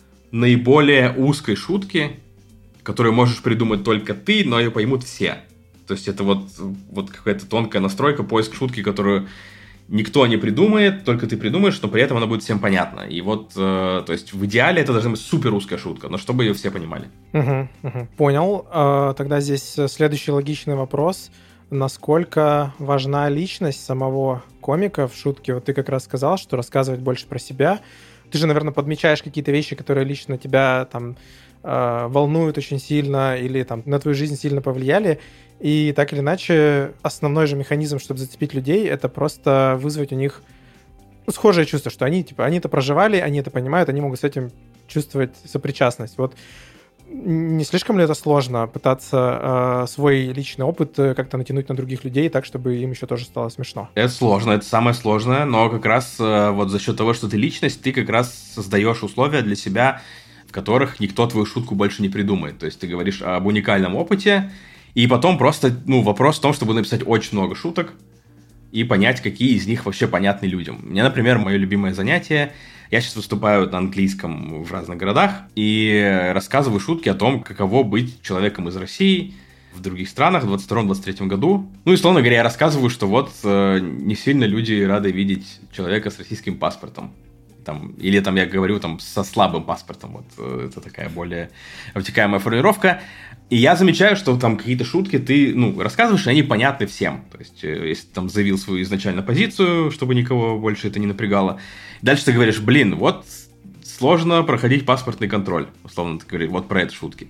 наиболее узкой шутки, которую можешь придумать только ты, но ее поймут все. То есть это вот, вот какая-то тонкая настройка, поиск шутки, которую никто не придумает, только ты придумаешь, но при этом она будет всем понятна. И вот, э, то есть в идеале это должна быть супер узкая шутка, но чтобы ее все понимали. Угу, угу. Понял. Э, тогда здесь следующий логичный вопрос. Насколько важна личность самого комика в шутке? Вот ты как раз сказал, что рассказывать больше про себя. Ты же, наверное, подмечаешь какие-то вещи, которые лично тебя там э, волнуют очень сильно или там на твою жизнь сильно повлияли. И так или иначе, основной же механизм, чтобы зацепить людей, это просто вызвать у них схожее чувство, что они, типа, они это проживали, они это понимают, они могут с этим чувствовать сопричастность. Вот не слишком ли это сложно пытаться э, свой личный опыт как-то натянуть на других людей так, чтобы им еще тоже стало смешно? Это сложно, это самое сложное, но как раз э, вот за счет того, что ты личность, ты как раз создаешь условия для себя, в которых никто твою шутку больше не придумает. То есть ты говоришь об уникальном опыте, и потом просто, ну, вопрос в том, чтобы написать очень много шуток и понять, какие из них вообще понятны людям. Мне, например, мое любимое занятие. Я сейчас выступаю на английском в разных городах и рассказываю шутки о том, каково быть человеком из России в других странах в двадцать втором - двадцать третьем году. Ну и, условно говоря, я рассказываю, что вот э, не сильно люди рады видеть человека с российским паспортом. Там, или там я говорю там со слабым паспортом. Вот э, это такая более обтекаемая формулировка. И я замечаю, что там какие-то шутки ты, ну, рассказываешь, и они понятны всем. То есть, э, если ты там заявил свою изначально позицию, чтобы никого больше это не напрягало. Дальше ты говоришь, блин, вот сложно проходить паспортный контроль. Условно ты говоришь, вот про это шутки.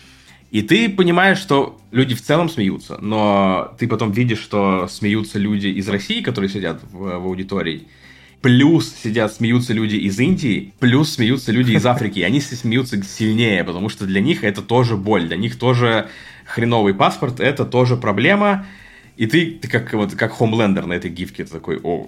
И ты понимаешь, что люди в целом смеются, но ты потом видишь, что смеются люди из России, которые сидят в, в аудитории, плюс сидят, смеются люди из Индии, плюс смеются люди из Африки. И они смеются сильнее, потому что для них это тоже боль, для них тоже хреновый паспорт, это тоже проблема. И ты, ты как, вот, как Хомлендер на этой гифке, ты такой, о,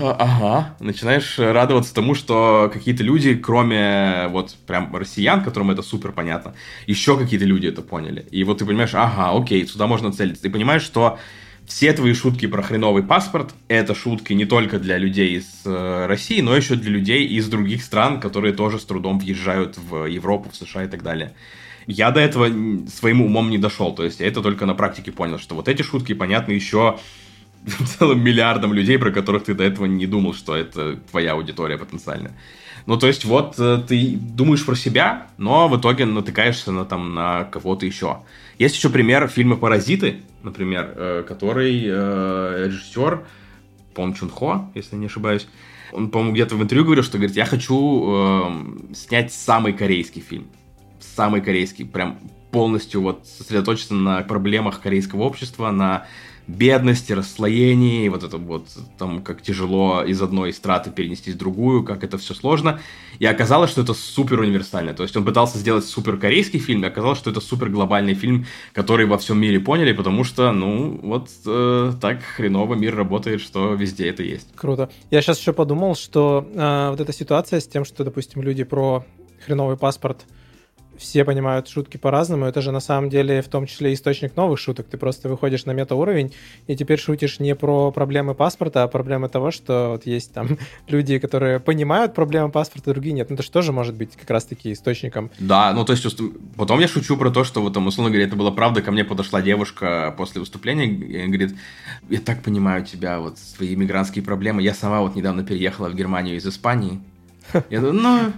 ага, начинаешь радоваться тому, что какие-то люди, кроме вот прям россиян, которым это супер понятно, еще какие-то люди это поняли. И вот ты понимаешь, ага, окей, сюда можно целиться. Ты понимаешь, что все твои шутки про хреновый паспорт — это шутки не только для людей из э, России, но еще для людей из других стран, которые тоже с трудом въезжают в Европу, в США и так далее. Я до этого своим умом не дошел, то есть я это только на практике понял, что вот эти шутки понятны еще целым миллиардам людей, про которых ты до этого не думал, что это твоя аудитория потенциальная. Ну, то есть вот ты думаешь про себя, но в итоге натыкаешься на, там, на кого-то еще. Есть еще пример фильма «Паразиты», например, который режиссер, по-моему, Чун Хо, если не ошибаюсь, он, по-моему, где-то в интервью говорил, что, говорит, я хочу э, снять самый корейский фильм. Самый корейский, прям полностью вот сосредоточиться на проблемах корейского общества, на бедности, расслоении, вот это вот, там, как тяжело из одной страты перенести в другую, как это все сложно. И оказалось, что это супер универсально. То есть он пытался сделать супер корейский фильм, и оказалось, что это супер глобальный фильм, который во всем мире поняли, потому что, ну, вот э, так хреново мир работает, что везде это есть. Круто. Я сейчас еще подумал, что э, вот эта ситуация с тем, что, допустим, люди про хреновый паспорт все понимают шутки по-разному, это же на самом деле в том числе источник новых шуток. Ты просто выходишь на метауровень и теперь шутишь не про проблемы паспорта, а проблемы того, что вот есть там люди, которые понимают проблемы паспорта, другие нет. Ну это же тоже может быть как раз-таки источником. Да, ну то есть потом я шучу про то, что вот там, условно говоря, это была правда, ко мне подошла девушка после выступления и говорит, я так понимаю тебя, вот свои мигрантские проблемы, я сама вот недавно переехала в Германию из Испании. Я думаю, ну...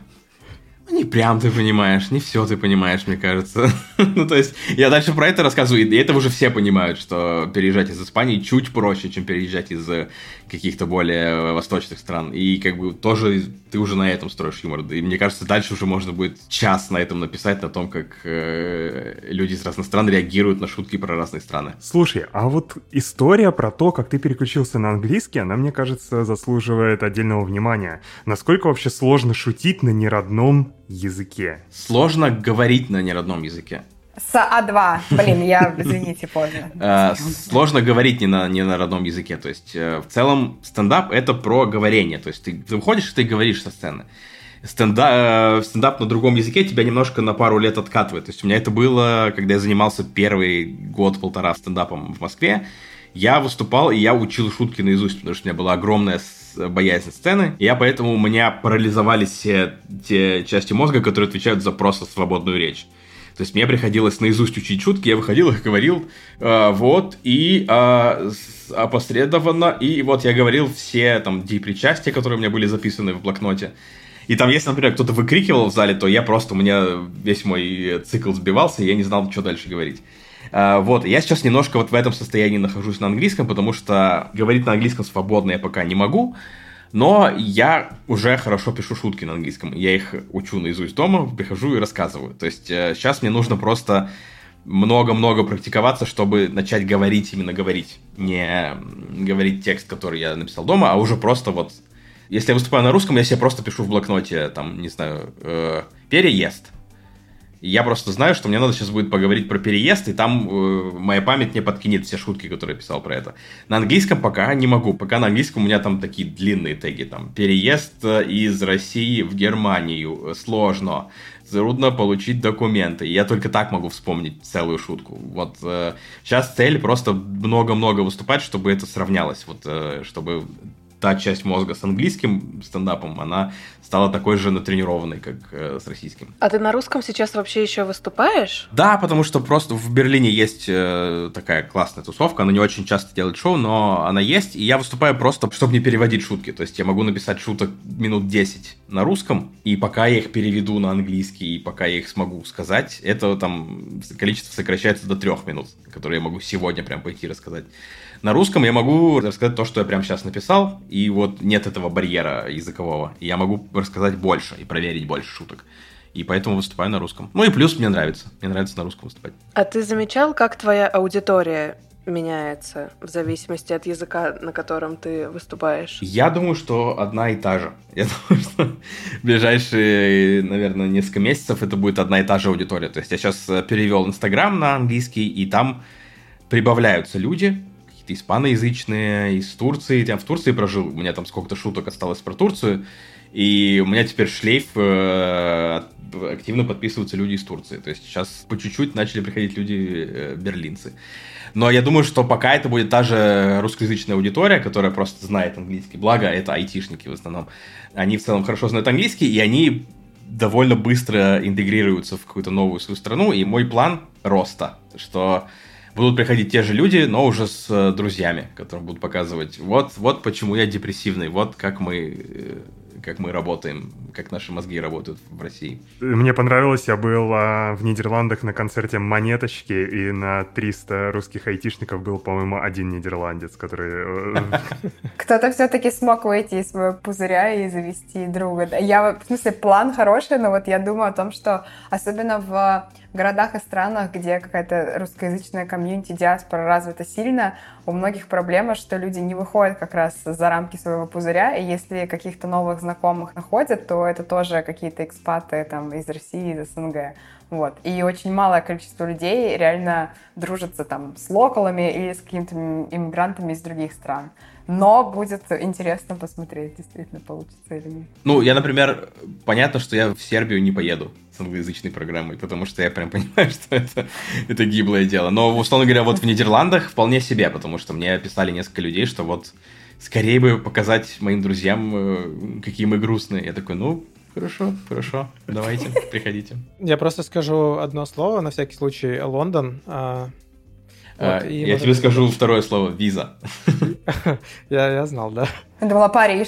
Не прям ты понимаешь, не все ты понимаешь, мне кажется. Ну, то есть, я дальше про это рассказываю, и это уже все понимают, что переезжать из Испании чуть проще, чем переезжать из каких-то более восточных стран. И как бы тоже ты уже на этом строишь юмор. И мне кажется, дальше уже можно будет час на этом написать, на том, как э, люди из разных стран реагируют на шутки про разные страны. Слушай, а вот история про то, как ты переключился на английский, она, мне кажется, заслуживает отдельного внимания. Насколько вообще сложно шутить на неродном языке? Сложно говорить на неродном языке. С А два. Блин, я, извините, поздно. Сложно говорить не на, не на родном языке. То есть, в целом, стендап — это про говорение. То есть, ты, ты выходишь, и ты говоришь со сцены. Стендап, стендап на другом языке тебя немножко на пару лет откатывает. То есть, у меня это было, когда я занимался первый год-полтора стендапом в Москве. Я выступал, и я учил шутки наизусть, потому что у меня была огромная боязнь сцены, и я поэтому у меня парализовались все те части мозга, которые отвечают за просто свободную речь. То есть мне приходилось наизусть учить шутки, я выходил их говорил, э, вот, и э, опосредованно, и вот я говорил все там депричастия, которые у меня были записаны в блокноте. И там, если, например, кто-то выкрикивал в зале, то я просто, у меня весь мой цикл сбивался, и я не знал, что дальше говорить. Uh, вот, я сейчас немножко вот в этом состоянии нахожусь на английском, потому что говорить на английском свободно я пока не могу, но я уже хорошо пишу шутки на английском, я их учу наизусть дома, прихожу и рассказываю. То есть uh, сейчас мне нужно просто много-много практиковаться, чтобы начать говорить, именно говорить, не говорить текст, который я написал дома, а уже просто вот Если я выступаю на русском, я себе просто пишу в блокноте, там, не знаю, э, переезд. И я просто знаю, что мне надо сейчас будет поговорить про переезд, и там э, моя память мне подкинет все шутки, которые я писал про это. На английском пока не могу. Пока на английском у меня там такие длинные теги. Там, переезд из России в Германию. Сложно. Трудно получить документы. И я только так могу вспомнить целую шутку. Вот э, сейчас цель просто много-много выступать, чтобы это сравнялось. Вот, э, чтобы та часть мозга с английским стендапом, она стала такой же натренированной, как э, с российским. А ты на русском сейчас вообще еще выступаешь? Да, потому что просто в Берлине есть э, такая классная тусовка, она не очень часто делает шоу, но она есть, и я выступаю просто, чтобы не переводить шутки. То есть я могу написать шуток минут десять на русском, и пока я их переведу на английский, и пока я их смогу сказать, это там количество сокращается до трех минут, которые я могу сегодня прям пойти рассказать. На русском я могу рассказать то, что я прямо сейчас написал, и вот нет этого барьера языкового. И я могу рассказать больше и проверить больше шуток. И поэтому выступаю на русском. Ну и плюс мне нравится. Мне нравится на русском выступать. А ты замечал, как твоя аудитория меняется в зависимости от языка, на котором ты выступаешь? Я думаю, что одна и та же. Я думаю, что в ближайшие, наверное, несколько месяцев это будет одна и та же аудитория. То есть я сейчас перевел Инстаграм на английский, и там прибавляются люди, какие-то испаноязычные, из Турции. Я в Турции прожил, у меня там сколько-то шуток осталось про Турцию, и у меня теперь шлейф, э, активно подписываются люди из Турции. То есть сейчас по чуть-чуть начали приходить люди, э, берлинцы. Но я думаю, что пока это будет та же русскоязычная аудитория, которая просто знает английский. Благо, это айтишники в основном. Они в целом хорошо знают английский, и они довольно быстро интегрируются в какую-то новую свою страну. И мой план роста, что будут приходить те же люди, но уже с друзьями, которым будут показывать, вот, вот почему я депрессивный, вот как мы, как мы работаем, как наши мозги работают в России. Мне понравилось, я был а, в Нидерландах на концерте «Монеточки», и на триста русских айтишников был, по-моему, один нидерландец, который... Кто-то все-таки смог выйти из своего пузыря и завести друга. Я, в смысле, план хороший, но вот я думаю о том, что особенно в городах и странах, где какая-то русскоязычная комьюнити, диаспора развита сильно, у многих проблема, что люди не выходят как раз за рамки своего пузыря, и если каких-то новых знакомых находят, то это тоже какие-то экспаты там из России, из СНГ. Вот. И очень малое количество людей реально дружатся там с локалами или с какими-то иммигрантами из других стран. Но будет интересно посмотреть, действительно получится или нет. Ну, я, например, понятно, что я в Сербию не поеду с англоязычной программой, потому что я прям понимаю, что это, это гиблое дело. Но, условно говоря, вот в Нидерландах вполне себе, потому что мне писали несколько людей, что вот скорее бы показать моим друзьям, какие мы грустные. Я такой, ну, хорошо, хорошо, давайте, приходите. Я просто скажу одно слово, на всякий случай, Лондон. Вот, я тебе скажу второе слово, виза. я, я знал, да. Я думала, Париж.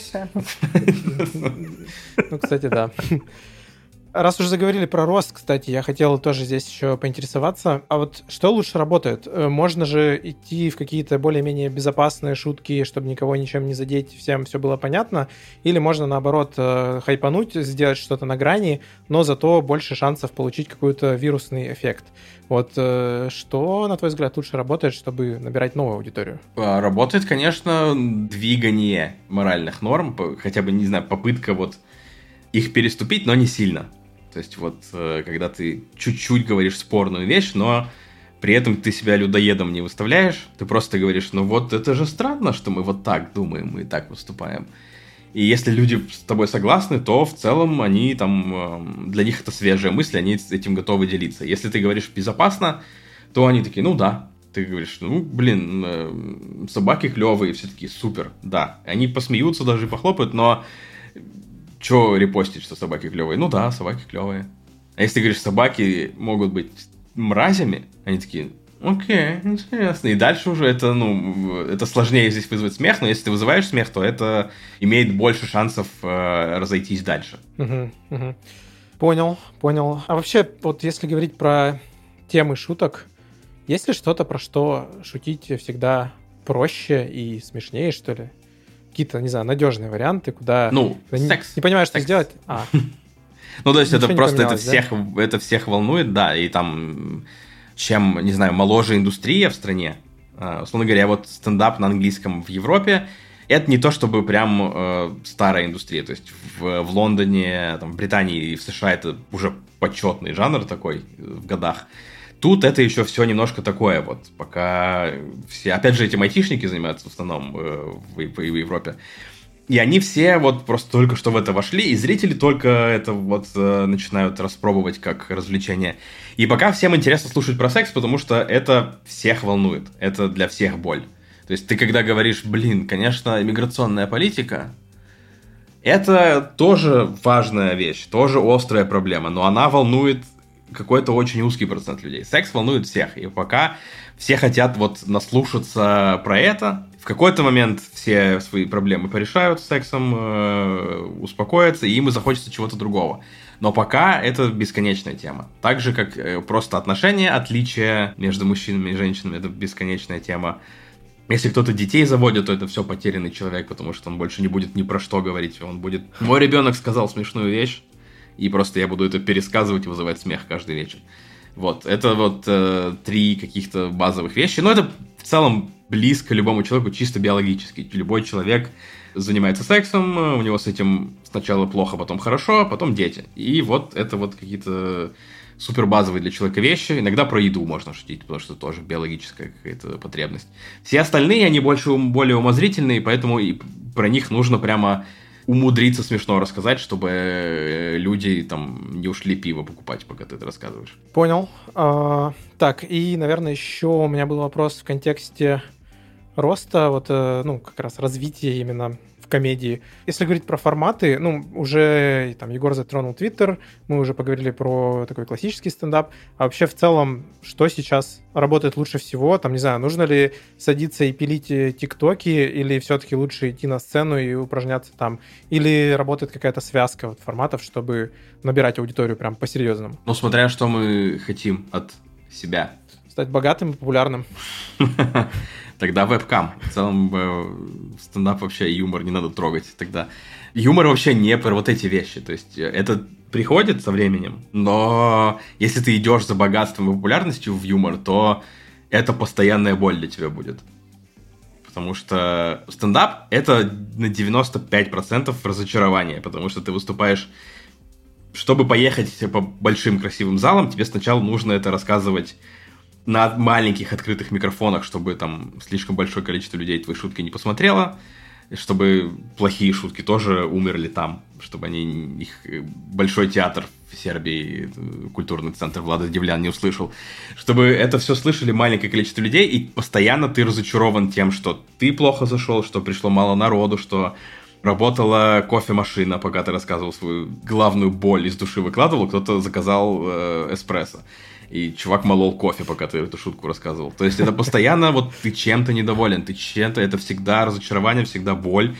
Ну, кстати, да. Раз уже заговорили про рост, кстати, я хотел тоже здесь еще поинтересоваться. А вот что лучше работает? Можно же идти в какие-то более-менее безопасные шутки, чтобы никого ничем не задеть, всем все было понятно? Или можно, наоборот, хайпануть, сделать что-то на грани, но зато больше шансов получить какой-то вирусный эффект? Вот что, на твой взгляд, лучше работает, чтобы набирать новую аудиторию? Работает, конечно, двигание моральных норм, хотя бы, не знаю, попытка вот их переступить, но не сильно. То есть вот, когда ты чуть-чуть говоришь спорную вещь, но при этом ты себя людоедом не выставляешь, ты просто говоришь, ну вот это же странно, что мы вот так думаем, мы так выступаем. И если люди с тобой согласны, то в целом они там, для них это свежая мысль, они этим готовы делиться. Если ты говоришь безопасно, то они такие, ну да. Ты говоришь, ну блин, собаки клевые, все такие супер, да. Они посмеются, даже похлопают, но чё репостить, что собаки клевые? Ну да, собаки клевые. А если ты говоришь, собаки могут быть мразями, они такие, окей, интересно. И дальше уже это, ну, это сложнее здесь вызвать смех, но если ты вызываешь смех, то это имеет больше шансов э, разойтись дальше. Угу, угу. Понял, понял. А вообще, вот если говорить про темы шуток, есть ли что-то, про что шутить всегда проще и смешнее, что ли? Какие-то, не знаю, надежные варианты, куда... Ну, не, секс. Не понимаешь, что секс. сделать? А. Ну, то есть это просто это да? всех, это всех волнует, да, и там, чем, не знаю, моложе индустрия в стране, условно говоря, вот стендап на английском в Европе, Это не то, чтобы прям э, старая индустрия. То есть в, в Лондоне, там, в Британии и в США это уже почетный жанр такой в годах. Тут это еще все немножко такое вот, пока все... Опять же, этим айтишники занимаются в основном э, в, в, в Европе. И они все вот просто только что в это вошли, и зрители только это вот э, начинают распробовать как развлечение. И пока всем интересно слушать про секс, потому что это всех волнует, это для всех боль. То есть ты когда говоришь, блин, конечно, иммиграционная политика, это тоже важная вещь, тоже острая проблема, но она волнует какой-то очень узкий процент людей. Секс волнует всех, и пока все хотят вот наслушаться про это, в какой-то момент все свои проблемы порешают с сексом, э, успокоятся, и им и захочется чего-то другого. Но пока это бесконечная тема. Так же, как э, просто отношения, отличия между мужчинами и женщинами, это бесконечная тема. Если кто-то детей заводит, то это все потерянный человек, потому что он больше не будет ни про что говорить. Он будет... Мой ребенок сказал смешную вещь, и просто я буду это пересказывать и вызывать смех каждый вечер. Вот, это вот э, три каких-то базовых вещи. Но это в целом близко любому человеку, чисто биологически. Любой человек занимается сексом, у него с этим сначала плохо, потом хорошо, а потом дети. И вот это вот какие-то супер базовые для человека вещи. Иногда про еду можно шутить, потому что это тоже биологическая какая-то потребность. Все остальные, они больше, более умозрительные, поэтому и про них нужно прямо умудриться смешно рассказать, чтобы люди там не ушли пиво покупать, пока ты это рассказываешь. Понял. А, так, и, наверное, еще у меня был вопрос в контексте роста, вот, ну, как раз развития именно в комедии. Если говорить про форматы, ну, уже там Егор затронул Твиттер, мы уже поговорили про такой классический стендап, а вообще в целом, что сейчас работает лучше всего? Там, не знаю, нужно ли садиться и пилить тиктоки, или все-таки лучше идти на сцену и упражняться там? Или работает какая-то связка вот форматов, чтобы набирать аудиторию прям по-серьезному? Ну, смотря что мы хотим от себя. Стать богатым и популярным. Тогда вебкам. В целом стендап вообще юмор не надо трогать тогда. Юмор вообще не про вот эти вещи. То есть это приходит со временем, но если ты идешь за богатством и популярностью в юмор, то это постоянная боль для тебя будет. Потому что стендап — это на девяносто пять процентов разочарование, потому что ты выступаешь... Чтобы поехать по большим красивым залам, тебе сначала нужно это рассказывать на маленьких открытых микрофонах, чтобы там слишком большое количество людей твои шутки не посмотрело, чтобы плохие шутки тоже умерли там, чтобы они их большой театр в Сербии, культурный центр Влада Девлян не услышал, чтобы это все слышали маленькое количество людей, и постоянно ты разочарован тем, что ты плохо зашел, что пришло мало народу, что работала кофемашина, пока ты рассказывал свою главную боль из души выкладывал, кто-то заказал э, эспрессо. И чувак молол кофе, пока ты эту шутку рассказывал. То есть это постоянно вот ты чем-то недоволен, ты чем-то, это всегда разочарование, всегда боль.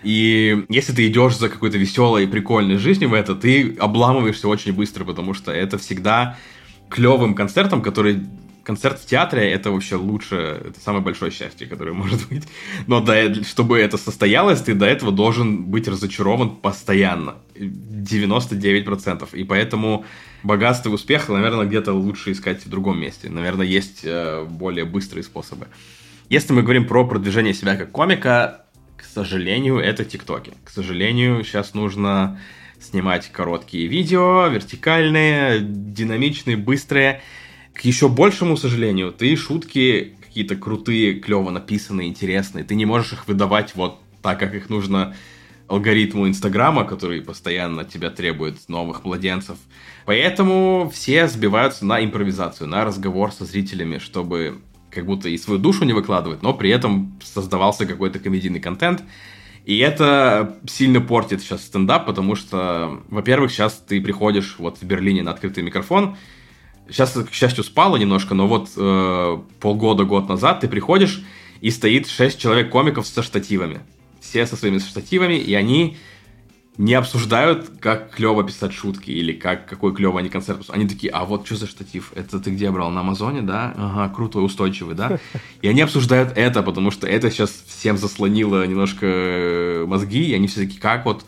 И если ты идешь за какой-то веселой и прикольной жизнью в это, ты обламываешься очень быстро, потому что это всегда клевым концертом, который... Концерт в театре — это вообще лучше, это самое большое счастье, которое может быть. Но до, чтобы это состоялось, ты до этого должен быть разочарован постоянно. девяносто девять процентов. И поэтому богатство и успех, наверное, где-то лучше искать в другом месте. Наверное, есть э, более быстрые способы. Если мы говорим про продвижение себя как комика, к сожалению, это тиктоки. К сожалению, сейчас нужно снимать короткие видео, вертикальные, динамичные, быстрые. К еще большему сожалению, ты шутки какие-то крутые, клево написанные, интересные, ты не можешь их выдавать вот так, как их нужно алгоритму Инстаграма, который постоянно от тебя требует новых младенцев. Поэтому все сбиваются на импровизацию, на разговор со зрителями, чтобы как будто и свою душу не выкладывать, но при этом создавался какой-то комедийный контент. И это сильно портит сейчас стендап, потому что, во-первых, сейчас ты приходишь вот в Берлине на открытый микрофон. Сейчас, к счастью, спало немножко, но вот э, полгода-год назад ты приходишь, и стоит шесть человек-комиков со штативами. Все со своими штативами, и они не обсуждают, как клево писать шутки, или как, какой клевый они концерт. Они такие: а вот что за штатив? Это ты где брал? На Амазоне, да? Ага, крутой, устойчивый, да? И они обсуждают это, потому что это сейчас всем заслонило немножко мозги, и они все такие: как вот...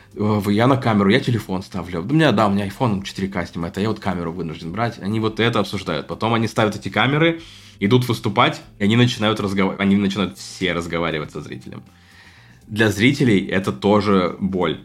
Я на камеру, я телефон ставлю. У меня, да, у меня iPhone четыре ка снимает, а я вот камеру вынужден брать. Они вот это обсуждают. Потом они ставят эти камеры, идут выступать, и они начинают разговаривать. Они начинают все разговаривать со зрителем. для зрителей это тоже боль.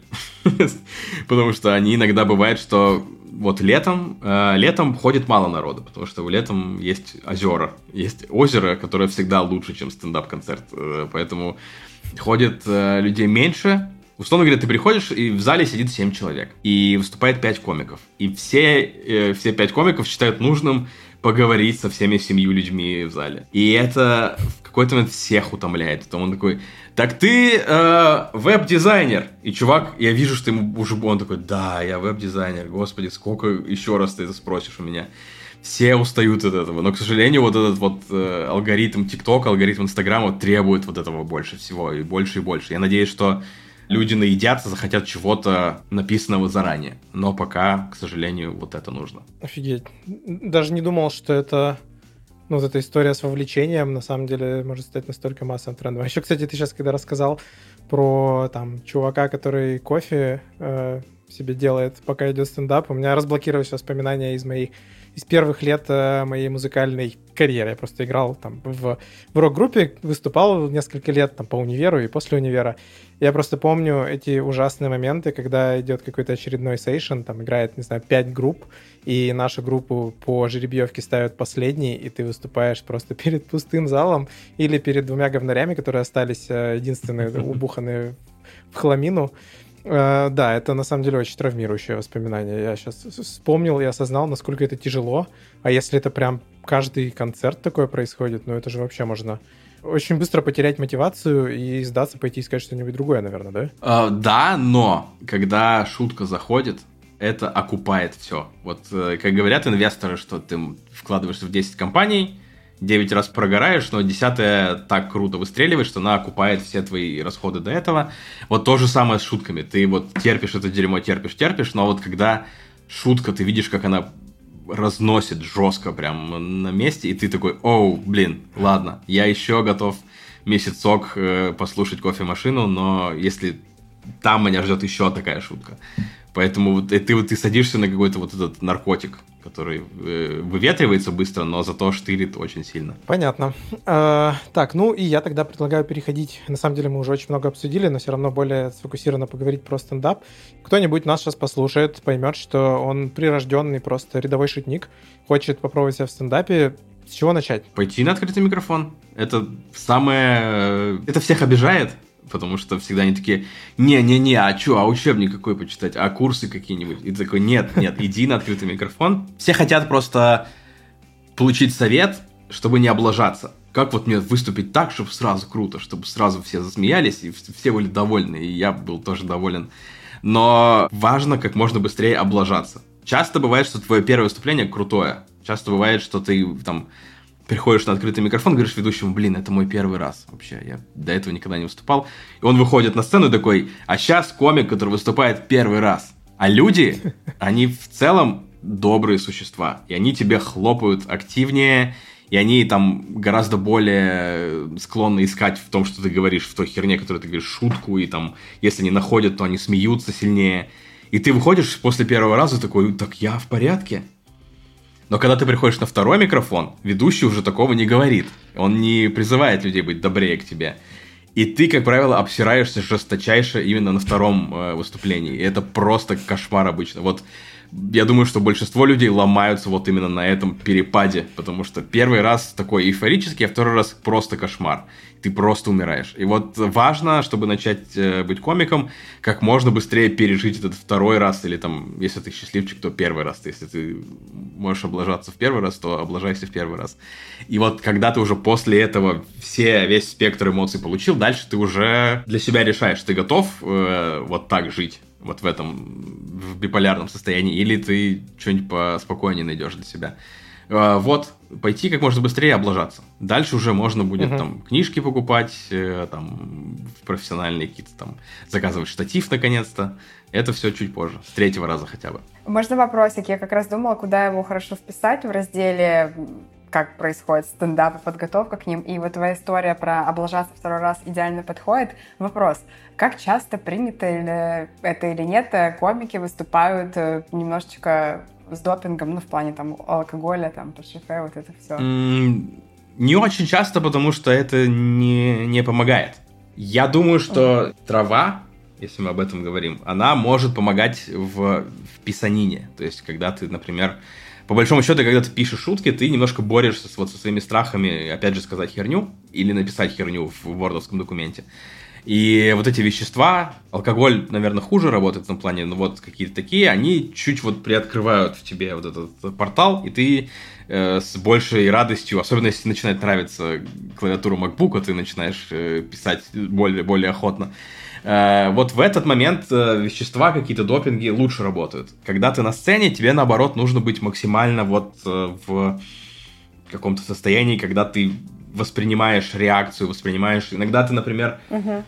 Потому что они иногда бывает, что вот летом, э, летом ходит мало народу, потому что летом есть озера. Есть озеро, которое всегда лучше, чем стендап-концерт. Э, поэтому ходит э, людей меньше. Условно говоря, ты приходишь, и в зале сидит семь человек. И выступает пять комиков. И все, э, все пять комиков считают нужным поговорить со всеми семью людьми в зале. И это в какой-то момент всех утомляет. Потом он такой: так ты э, веб-дизайнер. И чувак, я вижу, что ему уже... Он такой: да, я веб-дизайнер. Господи, сколько еще раз ты это спросишь у меня? Все устают от этого. Но, к сожалению, вот этот вот э, алгоритм TikTok, алгоритм Инстаграма требует вот этого больше всего. И больше и больше. Я надеюсь, что люди наедятся, захотят чего-то написанного заранее. Но пока, к сожалению, вот это нужно. Офигеть. Даже не думал, что это... Ну, вот эта история с вовлечением, на самом деле, может стать настолько массовым трендом. А еще, кстати, ты сейчас, когда рассказал про, там, чувака, который кофе э, себе делает, пока идет стендап, у меня разблокировались воспоминания из моих из первых лет э, моей музыкальной карьеры. Я просто играл там в, в рок-группе, выступал несколько лет там по универу и после универа. Я просто помню эти ужасные моменты, когда идет какой-то очередной сейшн, там играет, не знаю, пять групп, и нашу группу по жеребьевке ставят последней, и ты выступаешь просто перед пустым залом или перед двумя говнарями, которые остались э, единственные убуханные в хламину. Uh, да, это на самом деле очень травмирующее воспоминание. Я сейчас вспомнил и осознал, насколько это тяжело. А если это прям каждый концерт такое происходит, ну это же вообще можно очень быстро потерять мотивацию и сдаться, пойти искать что-нибудь другое, наверное, да? Uh, да, но когда шутка заходит, это окупает все. Вот как говорят инвесторы, что ты вкладываешься в десять компаний, девять раз прогораешь, но десятая так круто выстреливает, что она окупает все твои расходы до этого. Вот то же самое с шутками. Ты вот терпишь это дерьмо, терпишь, терпишь, но вот когда шутка, ты видишь, как она разносит жестко прям на месте, и ты такой: оу, блин, ладно, я еще готов месяцок э, послушать кофемашину, но если там меня ждет еще такая шутка. Поэтому вот, и ты, вот, ты садишься на какой-то вот этот наркотик, который э, выветривается быстро, но зато штырит очень сильно. Понятно. А, так, ну и я тогда предлагаю переходить. На самом деле мы уже очень много обсудили, но все равно более сфокусированно поговорить про стендап. Кто-нибудь нас сейчас послушает, поймет, что он прирожденный просто рядовой шутник, хочет попробовать себя в стендапе. С чего начать? Пойти на открытый микрофон. Это самое... Это всех обижает. Потому что всегда они такие: не-не-не, а что, а учебник какой почитать, а курсы какие-нибудь? И ты такой: нет-нет, иди на открытый микрофон. Все хотят просто получить совет, чтобы не облажаться. Как вот мне выступить так, чтобы сразу круто, чтобы сразу все засмеялись, и все были довольны, и я был тоже доволен. Но важно как можно быстрее облажаться. Часто бывает, что твое первое выступление крутое. Часто бывает, что ты там... приходишь на открытый микрофон, говоришь ведущему: блин, это мой первый раз вообще, я до этого никогда не выступал. И он выходит на сцену и такой: а сейчас комик, который выступает первый раз. А люди, они в целом добрые существа, и они тебе хлопают активнее, и они там гораздо более склонны искать в том, что ты говоришь, в той херне, которую ты говоришь, шутку, и там, если не находят, то они смеются сильнее. И ты выходишь после первого раза такой: так я в порядке. Но когда ты приходишь на второй микрофон, ведущий уже такого не говорит. Он не призывает людей быть добрее к тебе. И ты, как правило, обсираешься жесточайше именно на втором э, выступлении. И это просто кошмар обычно. Вот я думаю, что большинство людей ломаются вот именно на этом перепаде. Потому что первый раз такой эйфорический, а второй раз просто кошмар. Ты просто умираешь. И вот важно, чтобы начать э, быть комиком, как можно быстрее пережить этот второй раз. Или там, если ты счастливчик, то первый раз. Если ты можешь облажаться в первый раз, то облажайся в первый раз. И вот когда ты уже после этого все, весь спектр эмоций получил, дальше ты уже для себя решаешь, ты готов э, вот так жить, вот в этом, в биполярном состоянии, или ты что-нибудь поспокойнее найдешь для себя. Вот, пойти как можно быстрее облажаться. Дальше уже можно будет uh-huh. там книжки покупать, там профессиональные какие-то там, заказывать штатив наконец-то. Это все чуть позже, с третьего раза хотя бы. Можно вопросик? Я как раз думала, куда его хорошо вписать в разделе, как происходит стендап и подготовка к ним. И вот твоя история про облажаться второй раз идеально подходит. Вопрос: как часто принято или это или нет, комики выступают немножечко с допингом, ну, в плане там алкоголя, там, ПШФ, вот это все? Mm, не очень часто, потому что это не, не помогает. Я думаю, что трава, если мы об этом говорим, она может помогать в, в писанине. То есть, когда ты, например, по большому счету, когда ты пишешь шутки, ты немножко борешься с, вот, со своими страхами, опять же, сказать херню или написать херню в вордовском документе. И вот эти вещества, алкоголь, наверное, хуже работает в том плане, но вот какие-то такие, они чуть вот приоткрывают в тебе вот этот портал, и ты э, с большей радостью, особенно если начинает нравиться клавиатура MacBook, ты начинаешь э, писать более, более охотно. Э, вот в этот момент э, вещества, какие-то допинги лучше работают. Когда ты на сцене, тебе, наоборот, нужно быть максимально вот э, в каком-то состоянии, когда ты воспринимаешь реакцию, воспринимаешь... Иногда ты, например, uh-huh.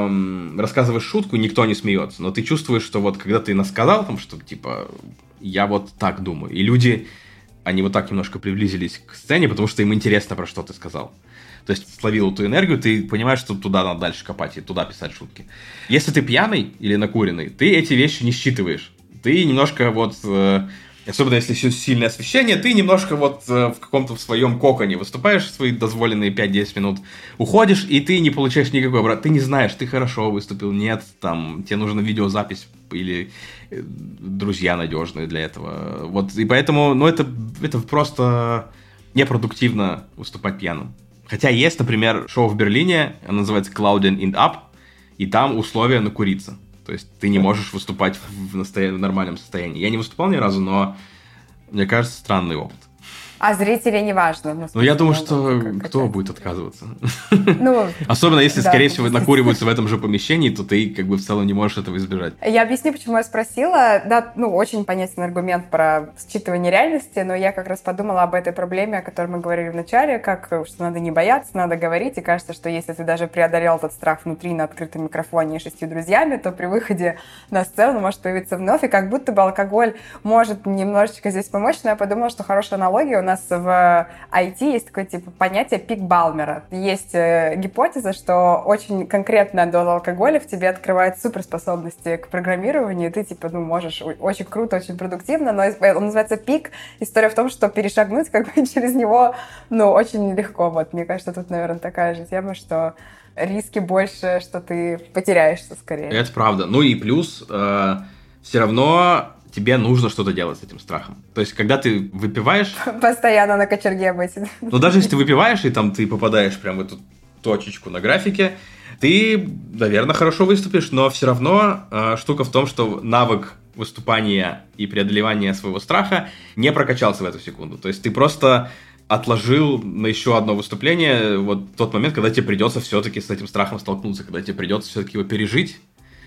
эм, рассказываешь шутку, никто не смеется, но ты чувствуешь, что вот когда ты насказал там, что типа я вот так думаю, и люди, они вот так немножко приблизились к сцене, потому что им интересно, про что ты сказал. То есть словил эту энергию, ты понимаешь, что туда надо дальше копать и туда писать шутки. Если ты пьяный или накуренный, ты эти вещи не считываешь. Ты немножко вот... Э, особенно если сильное освещение, ты немножко вот э, в каком-то в своем коконе выступаешь в свои дозволенные пять-десять минут, уходишь, и ты не получаешь никакой обратной. Ты не знаешь, ты хорошо выступил, нет, там, тебе нужна видеозапись или э, друзья надежные для этого. Вот, и поэтому, ну, это, это просто непродуктивно выступать пьяным. Хотя есть, например, шоу в Берлине, оно называется Clouding It Up, и там условия накуриться. То есть ты не можешь выступать в, настоя... в нормальном состоянии. Я не выступал ни разу, но мне кажется, странный опыт. А зрителей не важно. Ну, ну, я думаю, что кто будет отказываться? Ну, особенно если, да, скорее всего, накуриваются в этом же помещении, то ты как бы в целом не можешь этого избежать. Я объясню, почему я спросила. Да, ну, очень понятен аргумент про считывание реальности, но я как раз подумала об этой проблеме, о которой мы говорили в начале, как, что надо не бояться, надо говорить, и кажется, что если ты даже преодолел этот страх внутри на открытом микрофоне и шестью друзьями, то при выходе на сцену может появиться вновь, и как будто бы алкоголь может немножечко здесь помочь, но я подумала, что хорошая аналогия у нас У нас в ай ти есть такое типа понятие пик Балмера. Есть э, гипотеза, что очень конкретная доза алкоголя в тебе открывает суперспособности к программированию, и ты типа, ну, можешь очень круто, очень продуктивно, но он называется пик. История в том, что перешагнуть как бы через него, ну, очень легко. Вот, мне кажется, тут, наверное, такая же тема, что риски больше, что ты потеряешься скорее. Это правда. Ну и плюс э, все равно тебе нужно что-то делать с этим страхом. То есть, когда ты выпиваешь... Постоянно на кочерге быть. Ну, даже если ты выпиваешь, и там ты попадаешь прямо в эту точечку на графике, ты, наверное, хорошо выступишь, но все равно э, штука в том, что навык выступания и преодолевания своего страха не прокачался в эту секунду. То есть, ты просто отложил на еще одно выступление вот тот момент, когда тебе придется все-таки с этим страхом столкнуться, когда тебе придется все-таки его пережить,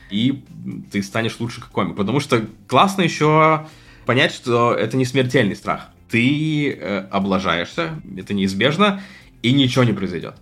и ты станешь лучше как комик. Потому что классно еще понять, что это не смертельный страх. Ты э, облажаешься, это неизбежно, и ничего не произойдет.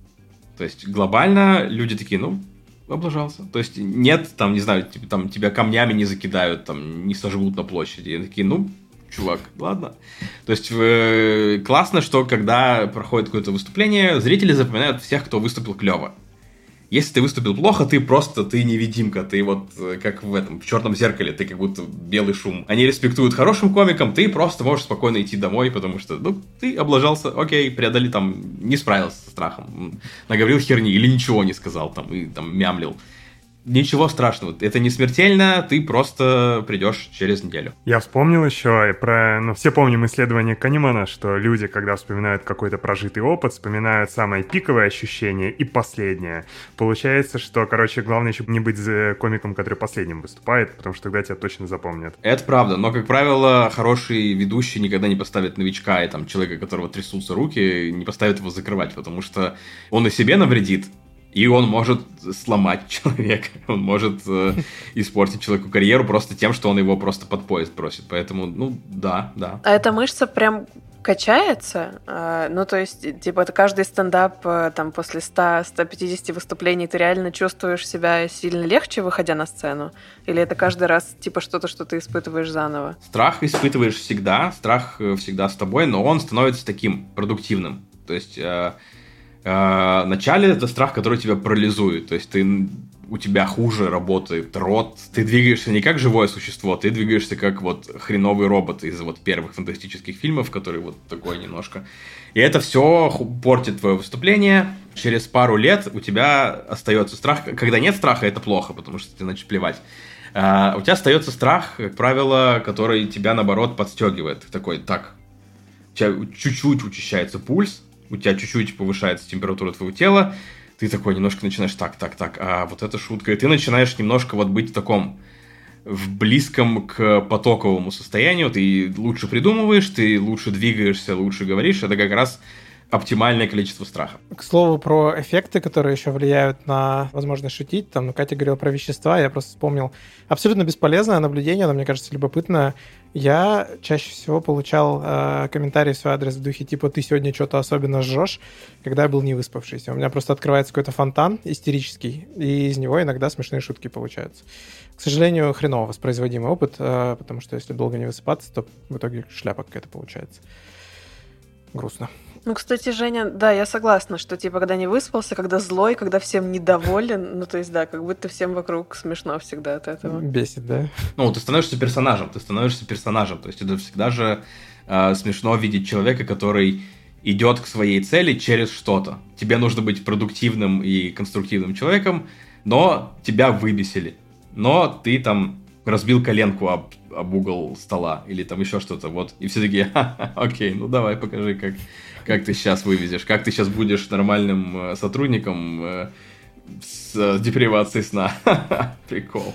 То есть глобально люди такие, ну, облажался. То есть нет, там, не знаю, типа, там, тебя камнями не закидают, там, не сожгут на площади. И такие, ну, чувак, ладно. То есть э, классно, что когда проходит какое-то выступление, зрители запоминают всех, кто выступил клево. Если ты выступил плохо, ты просто, ты невидимка, ты вот как в этом, в черном зеркале, ты как будто белый шум. Они респектуют хорошим комикам, ты просто можешь спокойно идти домой, потому что, ну, ты облажался, окей, преодоли, там, не справился со страхом, наговорил херни или ничего не сказал, там, и там мямлил. Ничего страшного, это не смертельно, ты просто придешь через неделю. Я вспомнил еще про, ну, все помним исследование Канемана, что люди, когда вспоминают какой-то прожитый опыт, вспоминают самое пиковое ощущение и последнее. Получается, что, короче, главное еще не быть комиком, который последним выступает, потому что тогда тебя точно запомнят. Это правда, но, как правило, хороший ведущий никогда не поставит новичка и там человека, которого трясутся руки, не поставит его закрывать, потому что он и себе навредит, и он может сломать человека, он может э, испортить человеку карьеру просто тем, что он его просто под поезд бросит. Поэтому, ну, да, да. А эта мышца прям качается? А, ну, то есть, типа, это каждый стендап там после сто-сто пятьдесят выступлений ты реально чувствуешь себя сильно легче, выходя на сцену? Или это каждый раз, типа, что-то, что ты испытываешь заново? Страх испытываешь всегда, страх всегда с тобой, но он становится таким продуктивным. То есть... Э, Вначале это страх, который тебя парализует. То есть ты у тебя хуже работает рот, ты двигаешься не как живое существо, ты двигаешься как вот хреновый робот из вот первых фантастических фильмов, который вот такой немножко. И это все портит твое выступление. Через пару лет у тебя остается страх. Когда нет страха, это плохо, потому что тебе начнет плевать. А у тебя остается страх, как правило, который тебя, наоборот, подстегивает. Ты такой, так, у тебя чуть-чуть учащается пульс, у тебя чуть-чуть повышается температура твоего тела, ты такой немножко начинаешь, так, так, так, а вот эта шутка, и ты начинаешь немножко вот быть в таком, в близком к потоковому состоянию, ты лучше придумываешь, ты лучше двигаешься, лучше говоришь, это как раз оптимальное количество страха. К слову, про эффекты, которые еще влияют на возможность шутить. Там, ну, Катя говорила про вещества, я просто вспомнил. Абсолютно бесполезное наблюдение, но мне кажется любопытное. Я чаще всего получал э, комментарии в свой адрес в духе типа «ты сегодня что-то особенно жжешь», когда я был не выспавшийся. У меня просто открывается какой-то фонтан истерический, и из него иногда смешные шутки получаются. К сожалению, хреново воспроизводимый опыт, э, потому что если долго не высыпаться, то в итоге шляпа какая-то получается. Грустно. Ну, кстати, Женя, да, я согласна, что, типа, когда не выспался, когда злой, когда всем недоволен, ну, то есть, да, как будто всем вокруг смешно всегда от этого. Бесит, да? Ну, ты становишься персонажем, ты становишься персонажем, то есть это всегда же э, смешно видеть человека, который идет к своей цели через что-то. Тебе нужно быть продуктивным и конструктивным человеком, но тебя выбесили, но ты там разбил коленку об, об угол стола или там еще что-то, вот, и все такие, ха-ха, окей, ну давай, покажи, как... Как ты сейчас вывезешь, как ты сейчас будешь нормальным э, сотрудником э, с э, депривацией сна. Прикол.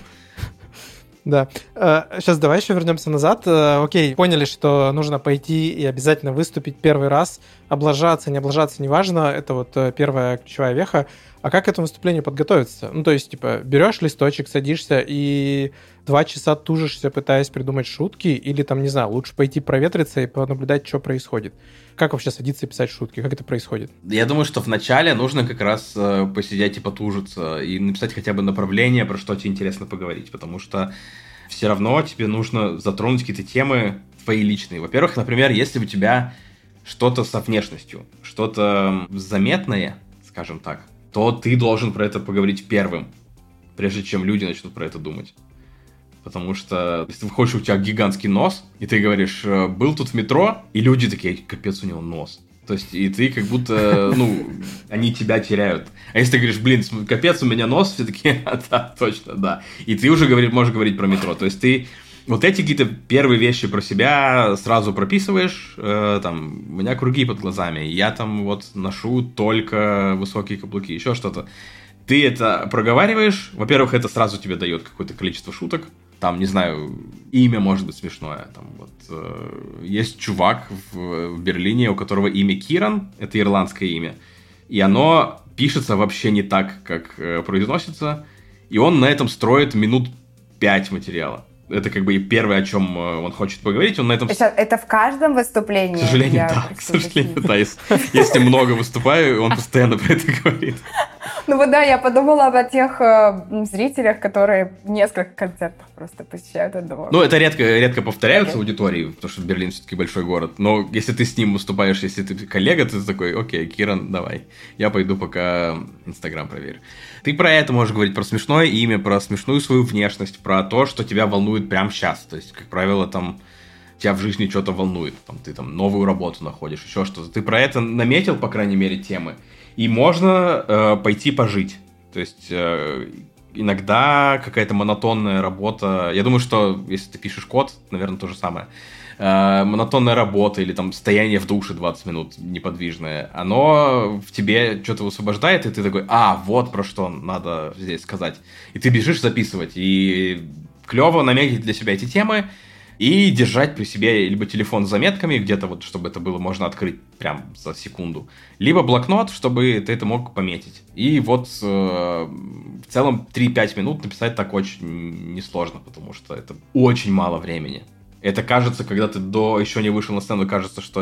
Да. Сейчас давай еще вернемся назад. Окей, поняли, что нужно пойти и обязательно выступить первый раз. Облажаться, не облажаться, неважно. Это вот первая ключевая веха. А как к этому выступлению подготовиться? Ну, то есть, типа, берешь листочек, садишься и два часа тужишься, пытаясь придумать шутки, или там, не знаю, лучше пойти проветриться и понаблюдать, что происходит. Как вообще садиться и писать шутки? Как это происходит? Я думаю, что вначале нужно как раз э, посидеть и потужиться, и написать хотя бы направление, про что тебе интересно поговорить, потому что все равно тебе нужно затронуть какие-то темы твои личные. Во-первых, например, если у тебя что-то со внешностью, что-то заметное, скажем так, то ты должен про это поговорить первым, прежде чем люди начнут про это думать. Потому что если ты выходишь, у тебя гигантский нос, и ты говоришь, был тут в метро, и люди такие, капец, у него нос. То есть, и ты как будто, ну, они тебя теряют. А если ты говоришь, блин, капец, у меня нос, все такие, а, да, точно, да. И ты уже говоришь, можешь говорить про метро. То есть, ты вот эти какие-то первые вещи про себя сразу прописываешь. Э, там, у меня круги под глазами, я там вот ношу только высокие каблуки, еще что-то. Ты это проговариваешь. Во-первых, это сразу тебе дает какое-то количество шуток. Там, не знаю, имя может быть смешное. Там вот э, есть чувак в, в Берлине, у которого имя Киран, это ирландское имя, и оно пишется вообще не так, как э, произносится, и он на этом строит минут пять материала. Это как бы и первое, о чем он хочет поговорить, он на этом... Это, это в каждом выступлении? К сожалению, да, к сожалению, да. Если, если много выступаю, он постоянно про это говорит. Ну вот да, я подумала о тех э, зрителях, которые несколько концертов просто посещают одного. Ну, это редко, редко повторяются в аудитории, потому что Берлин все-таки большой город. Но если ты с ним выступаешь, если ты коллега, ты такой, окей, Киран, давай, я пойду пока Инстаграм проверю. Ты про это можешь говорить, про смешное имя, про смешную свою внешность, про то, что тебя волнует прямо сейчас. То есть, как правило, там тебя в жизни что-то волнует, там, ты там новую работу находишь, еще что-то. Ты про это наметил, по крайней мере, темы. И можно э, пойти пожить. То есть э, иногда какая-то монотонная работа. Я думаю, что если ты пишешь код, наверное, то же самое. Э, монотонная работа или там стояние в душе двадцать минут неподвижное, оно в тебе что-то высвобождает, и ты такой, а, вот про что надо здесь сказать. И ты бежишь записывать. И клево наметить для себя эти темы. И держать при себе либо телефон с заметками, где-то вот, чтобы это было можно открыть прям за секунду, либо блокнот, чтобы ты это мог пометить. И вот э, в целом три-пять минут написать так очень несложно, потому что это очень мало времени. Это кажется, когда ты до еще не вышел на сцену, кажется, что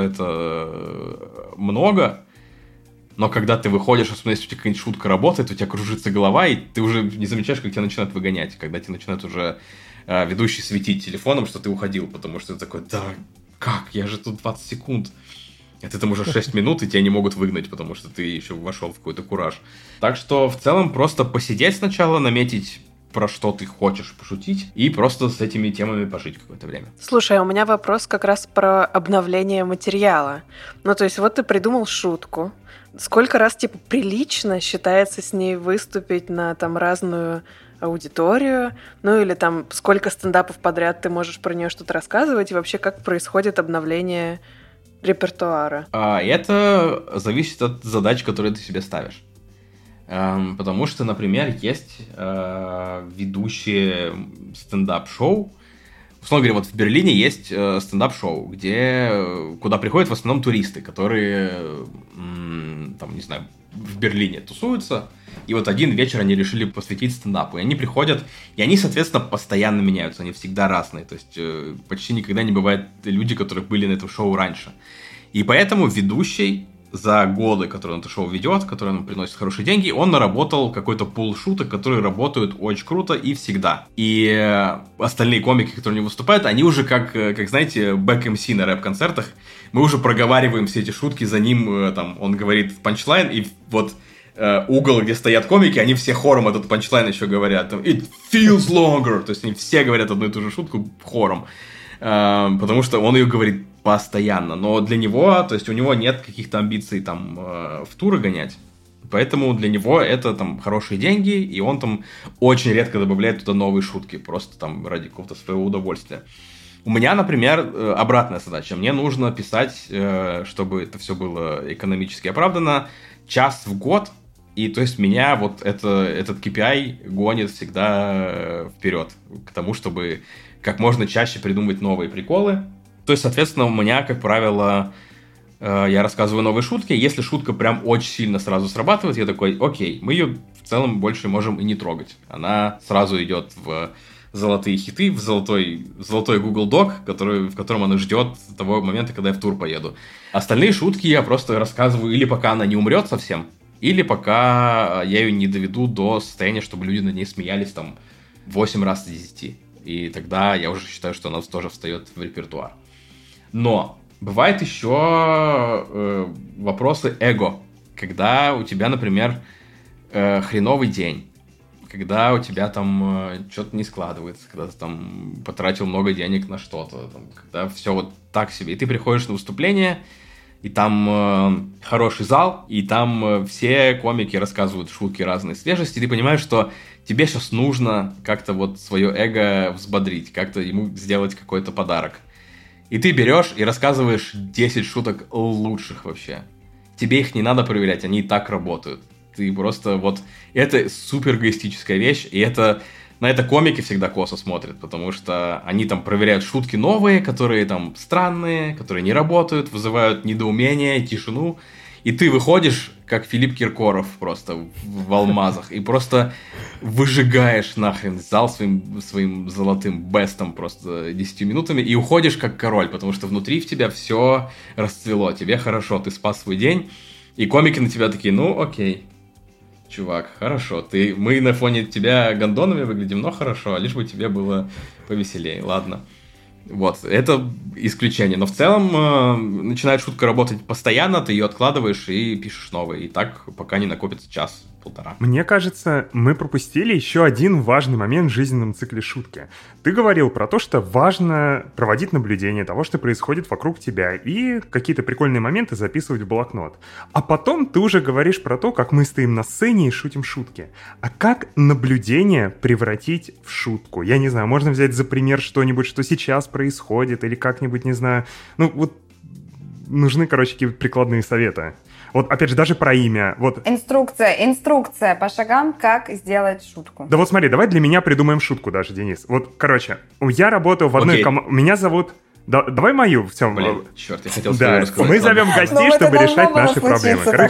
это много, но когда ты выходишь, особенно если у тебя какая-нибудь шутка работает, у тебя кружится голова, и ты уже не замечаешь, как тебя начинают выгонять, когда тебя начинают уже... ведущий светить телефоном, что ты уходил, потому что ты такой, да, как, я же тут двадцать секунд А ты там уже шесть минут, и тебя не могут выгнать, потому что ты еще вошел в какой-то кураж. Так что в целом просто посидеть сначала, наметить, про что ты хочешь пошутить, и просто с этими темами пожить какое-то время. Слушай, а у меня вопрос как раз про обновление материала. Ну, то есть вот ты придумал шутку. Сколько раз, типа, прилично считается с ней выступить на там разную аудиторию? Ну, или там сколько стендапов подряд ты можешь про нее что-то рассказывать? И вообще, как происходит обновление репертуара? А это зависит от задач, которые ты себе ставишь. Эм, потому что, например, есть э, ведущие стендап-шоу. Условно говоря, вот в Берлине есть э, стендап-шоу, где, куда приходят в основном туристы, которые, м, там, не знаю, в Берлине тусуются. И вот один вечер они решили посвятить стендапу. И они приходят, и они, соответственно, постоянно меняются. Они всегда разные. То есть э, почти никогда не бывает люди, которые были на этом шоу раньше. И поэтому ведущий за годы, которые он это шоу ведет, которые он приносит хорошие деньги, он наработал какой-то пул шуток, которые работают очень круто и всегда. И э, остальные комики, которые не выступают, они уже как, как знаете, бэк-эм си на рэп-концертах. Мы уже проговариваем все эти шутки, за ним э, там он говорит панчлайн, и вот э, угол, где стоят комики, они все хором этот панчлайн еще говорят. Там, It feels longer. То есть они все говорят одну и ту же шутку хором. Э, потому что он ее говорит постоянно. Но для него, то есть у него нет каких-то амбиций там э, в туры гонять. Поэтому для него это там хорошие деньги, и он там очень редко добавляет туда новые шутки, просто там ради какого-то своего удовольствия. У меня, например, обратная задача. Мне нужно писать, чтобы это все было экономически оправдано, час в год. И то есть меня вот это, этот кей пи ай гонит всегда вперед к тому, чтобы как можно чаще придумать новые приколы. То есть, соответственно, у меня, как правило, я рассказываю новые шутки. Если шутка прям очень сильно сразу срабатывает, я такой, окей, мы ее в целом больше можем и не трогать. Она сразу идет в золотые хиты, в золотой, в золотой Google Doc, который, в котором она ждет того момента, когда я в тур поеду. Остальные шутки я просто рассказываю или пока она не умрет совсем, или пока я ее не доведу до состояния, чтобы люди на ней смеялись там восемь раз из десяти. И тогда я уже считаю, что она тоже встает в репертуар. Но бывает еще э, вопросы эго. Когда у тебя, например, э, хреновый день, когда у тебя там э, что-то не складывается, когда ты там потратил много денег на что-то, там, когда все вот так себе. И ты приходишь на выступление, и там э, хороший зал, и там э, все комики рассказывают шутки разной свежести, и ты понимаешь, что тебе сейчас нужно как-то вот свое эго взбодрить, как-то ему сделать какой-то подарок. И ты берешь и рассказываешь десять шуток лучших вообще. Тебе их не надо проверять, они и так работают. Ты просто вот... Это супер эгоистическая вещь, и это... На это комики всегда косо смотрят, потому что они там проверяют шутки новые, которые там странные, которые не работают, вызывают недоумение, тишину. И ты выходишь, как Филипп Киркоров просто в, в алмазах, и просто выжигаешь нахрен зал своим, своим золотым бестом просто десятью минутами, и уходишь как король, потому что внутри в тебя все расцвело, тебе хорошо, ты спас свой день, и комики на тебя такие, ну окей, чувак, хорошо, ты, мы на фоне тебя гондонами выглядим, но хорошо, лишь бы тебе было повеселее, ладно. Вот, это исключение. Но в целом э, начинает шутка работать постоянно, ты ее откладываешь и пишешь новые. И так, пока не накопится час-полтора. Мне кажется, мы пропустили еще один важный момент в жизненном цикле шутки. Ты говорил про то, что важно проводить наблюдение того, что происходит вокруг тебя, и какие-то прикольные моменты записывать в блокнот. А потом ты уже говоришь про то, как мы стоим на сцене и шутим шутки. А как наблюдение превратить в шутку? Я не знаю, можно взять за пример что-нибудь, что сейчас происходит, или как-нибудь, не знаю. Ну, вот нужны, короче, какие-то прикладные советы. Вот, опять же, даже про имя. Вот. Инструкция, инструкция по шагам, как сделать шутку. Да вот смотри, давай для меня придумаем шутку даже, Денис. Вот, короче, я работаю в одной команде. Меня зовут... Да, давай мою, все. Блин, черт, я хотел да, рассказать. Мы зовем гостей, чтобы решать наши проблемы. Короче,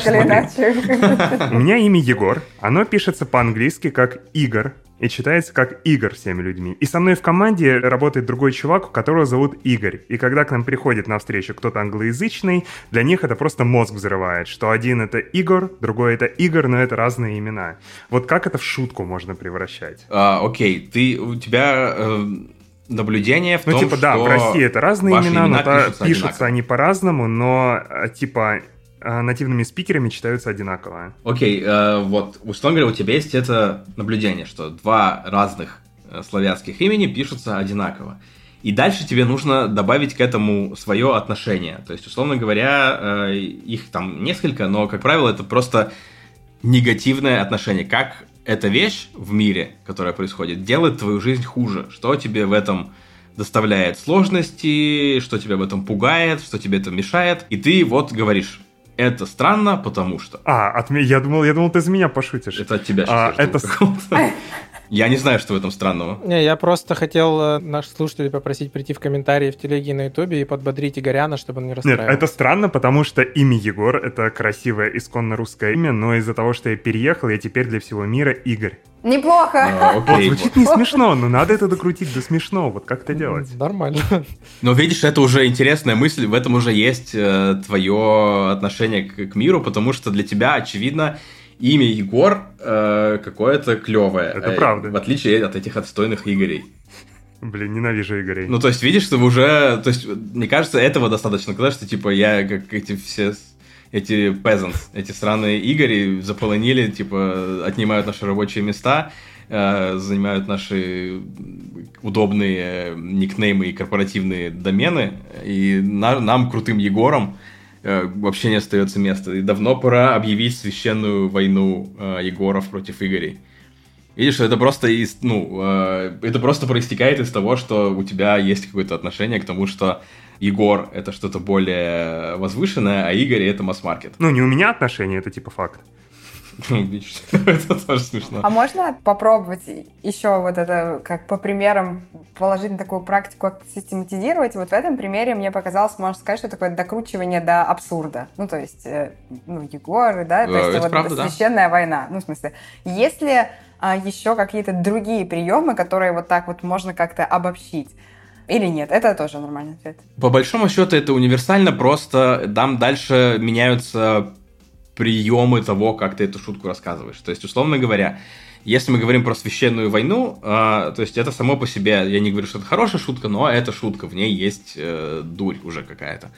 смотри. У меня имя Егор. Оно пишется по-английски как Игорь и читается как Игорь всеми людьми. И со мной в команде работает другой чувак, которого зовут Игорь. И когда к нам приходит на встречу кто-то англоязычный, для них это просто мозг взрывает, что один это Игорь, другой это Игорь, но это разные имена. Вот как это в шутку можно превращать? А, окей, ты, у тебя... Э... наблюдение в ну, том, типа, что... да, в России это разные имена, имена, но пишутся, пишутся они по-разному, но, типа, нативными спикерами читаются одинаково. Окей, э, вот, условно говоря, у тебя есть это наблюдение, что два разных э, славянских имени пишутся одинаково. И дальше тебе нужно добавить к этому свое отношение. То есть, условно говоря, э, их там несколько, но, как правило, это просто негативное отношение. Как эта вещь в мире, которая происходит, делает твою жизнь хуже. Что тебе в этом доставляет сложности, что тебя в этом пугает, что тебе это мешает. И ты вот говоришь, это странно, потому что... А, от меня, я думал, я думал, ты за меня пошутишь. Это от тебя сейчас. А, это... Я не знаю, что в этом странного. Не, я просто хотел наших слушателей попросить прийти в комментарии в телеге и на ютубе и подбодрить Игоряна, чтобы он не расстраивался. Нет, это странно, потому что имя Егор — это красивое исконно русское имя, но из-за того, что я переехал, я теперь для всего мира Игорь. Неплохо. А, окей, вот, звучит не смешно, но надо это докрутить до смешного. Вот как это делать? Нормально. Но видишь, это уже интересная мысль, в этом уже есть э, твое отношение к, к миру, потому что для тебя, очевидно, имя Егор э, какое-то клевое. Это правда. В отличие от этих отстойных Игорей. Блин, ненавижу Игорей. Ну, то есть, видишь, что уже... То есть, мне кажется, этого достаточно, когда что, типа, я, как эти все... Эти peasants, эти сраные Игори заполонили, типа, отнимают наши рабочие места, э, занимают наши удобные никнеймы и корпоративные домены, и на, нам, крутым Егорам, э, вообще не остается места. И давно пора объявить священную войну э, Егоров против Игорей. Видишь, это просто, из, ну, э, это просто проистекает из того, что у тебя есть какое-то отношение к тому, что Егор — это что-то более возвышенное, а Игорь — это масс-маркет. Ну, не у меня отношения, это типа факт. Видишь, это тоже смешно. А можно попробовать еще вот это, как по примерам, положить на такую практику, как систематизировать? Вот в этом примере мне показалось, можно сказать, что такое докручивание до абсурда. Ну, то есть, ну, Егоры, да, то есть, вот правда, священная война. Ну, в смысле, есть ли а, еще какие-то другие приемы, которые вот так вот можно как-то обобщить? Или нет? Это тоже нормальный ответ. По большому счету это универсально, просто там дальше меняются приемы того, как ты эту шутку рассказываешь. То есть, условно говоря, если мы говорим про священную войну, э, то есть это само по себе, я не говорю, что это хорошая шутка, но это шутка, в ней есть э, дурь уже какая-то.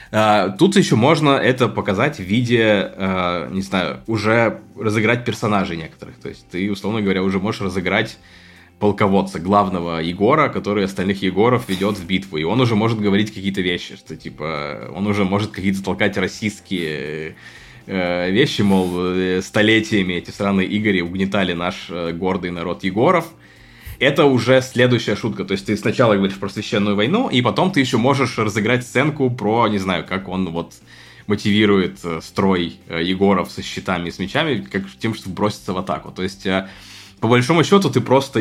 Э, тут еще можно это показать в виде, э, не знаю, уже разыграть персонажей некоторых. То есть ты, условно говоря, уже можешь разыграть полководца, главного Егора, который остальных Егоров ведет в битву. И он уже может говорить какие-то вещи, что типа он уже может какие-то толкать российские э, вещи, мол, столетиями эти сраные Игори угнетали наш э, гордый народ Егоров. Это уже следующая шутка. То есть ты сначала говоришь про священную войну, и потом ты еще можешь разыграть сценку про, не знаю, как он вот мотивирует строй Егоров со щитами и с мечами, как тем, чтобы броситься в атаку. То есть по большому счету, ты просто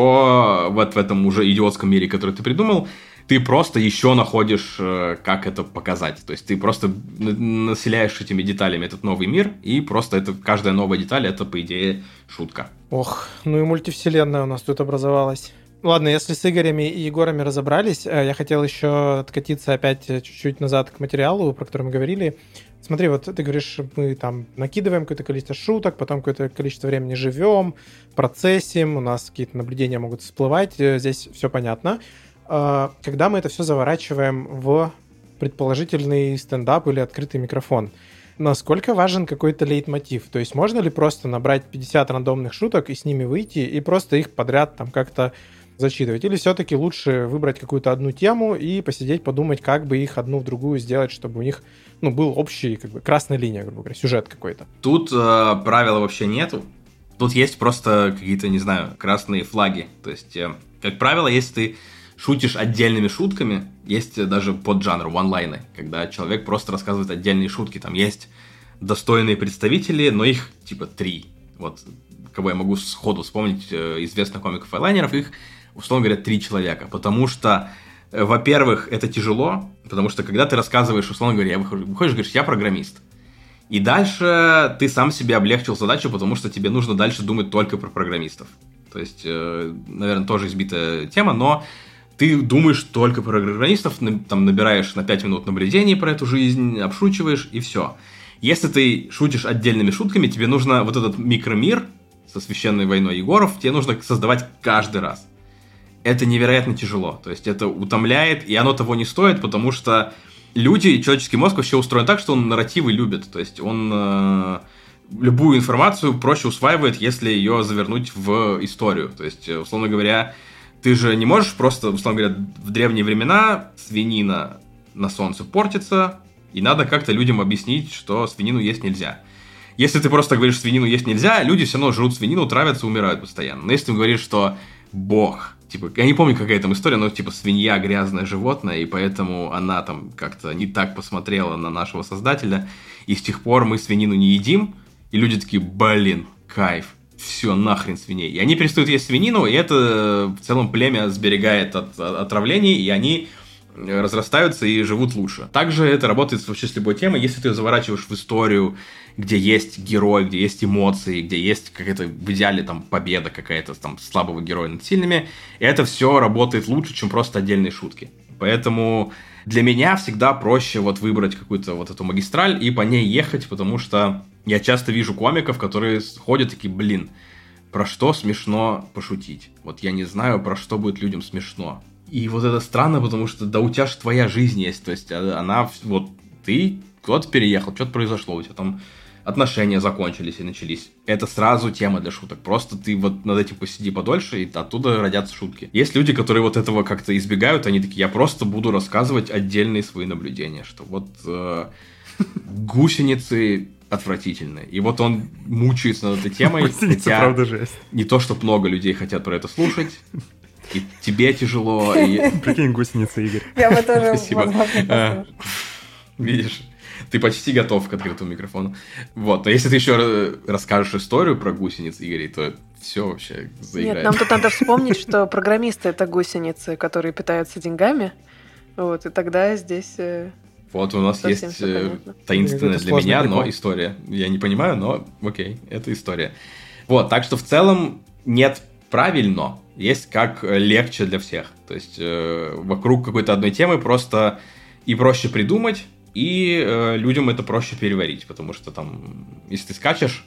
еще вот в этом уже идиотском мире, который ты придумал, ты просто еще находишь, как это показать. То есть ты просто населяешь этими деталями этот новый мир, и просто это, каждая новая деталь — это, по идее, шутка. Ох, ну и мультивселенная у нас тут образовалась. Ладно, если с Игорями и Егорами разобрались, я хотел еще откатиться опять чуть-чуть назад к материалу, про который мы говорили. Смотри, вот ты говоришь, мы там накидываем какое-то количество шуток, потом какое-то количество времени живем, процессим, у нас какие-то наблюдения могут всплывать, здесь все понятно. Когда мы это все заворачиваем в предположительный стендап или открытый микрофон, насколько важен какой-то лейтмотив? То есть можно ли просто набрать пятьдесят рандомных шуток и с ними выйти, и просто их подряд там как-то зачитывать? Или все-таки лучше выбрать какую-то одну тему и посидеть, подумать, как бы их одну в другую сделать, чтобы у них, ну, был общий, как бы, красная линия, грубо говоря, сюжет какой-то? Тут э, правила вообще нету. Тут есть просто какие-то, не знаю, красные флаги. То есть, э, как правило, если ты шутишь отдельными шутками, есть даже поджанр ванлайны, когда человек просто рассказывает отдельные шутки. Там есть достойные представители, но их типа три. Вот, кого я могу сходу вспомнить, э, известных комиков-айлайнеров, их, условно говоря, три человека. Потому что, э, во-первых, это тяжело, потому что когда ты рассказываешь, условно говоря, я выхожу, выходишь и говоришь, я программист. И дальше ты сам себе облегчил задачу, потому что тебе нужно дальше думать только про программистов. То есть, э, наверное, тоже избитая тема, но ты думаешь только про программистов, там набираешь на пять минут наблюдений про эту жизнь, обшучиваешь, и все. Если ты шутишь отдельными шутками, тебе нужно вот этот микромир со священной войной Егоров, тебе нужно создавать каждый раз. это невероятно тяжело. То есть это утомляет, и оно того не стоит, потому что люди, человеческий мозг вообще устроен так, что он нарративы любит. То есть он э, любую информацию проще усваивает, если ее завернуть в историю. То есть, условно говоря, ты же не можешь просто, условно говоря, в древние времена свинина на солнце портится, и надо как-то людям объяснить, что свинину есть нельзя. Если ты просто говоришь, свинину есть нельзя, люди все равно жрут свинину, травятся, умирают постоянно. Но если ты говоришь, что Бог, типа, я не помню, какая там история, но типа свинья грязное животное, и поэтому она там как-то не так посмотрела на нашего создателя, и с тех пор мы свинину не едим, и люди такие, блин, кайф, все, нахрен свиней. И они перестают есть свинину, и это в целом племя сберегает от, от отравлений, и они разрастаются и живут лучше. Также это работает вообще с любой темой. Если ты заворачиваешь в историю, где есть герой, где есть эмоции, где есть какая-то в идеале там победа какая-то там слабого героя над сильными, это все работает лучше, чем просто отдельные шутки. Поэтому для меня всегда проще вот выбрать какую-то вот эту магистраль и по ней ехать, потому что я часто вижу комиков, которые ходят такие, блин, про что смешно пошутить? Вот я не знаю, про что будет людям смешно. И вот это странно, потому что да у тебя же твоя жизнь есть, то есть она, вот ты куда-то переехал, что-то произошло, у тебя там отношения закончились и начались. Это сразу тема для шуток, просто ты вот над этим посиди подольше, и оттуда родятся шутки. Есть люди, которые вот этого как-то избегают, они такие, я просто буду рассказывать отдельные свои наблюдения, что вот э, гусеницы отвратительные. И вот он мучается над этой темой, хотя не то, что много людей хотят про это слушать. И тебе тяжело. И... Прикинь, гусеница, Игорь. Я бы тоже, возможно, видишь, ты почти готов к открытому микрофону. Вот, а если ты еще расскажешь историю про гусениц, Игорь, то все вообще заиграет. Нет, нам тут надо вспомнить, что программисты — это гусеницы, которые питаются деньгами. Вот, и тогда здесь... Вот у нас есть таинственная для меня, но история. Я не понимаю, но окей, это история. Вот, так что в целом нет правильно, есть как легче для всех. То есть э, вокруг какой-то одной темы просто и проще придумать, и э, людям это проще переварить, потому что там, если ты скачешь,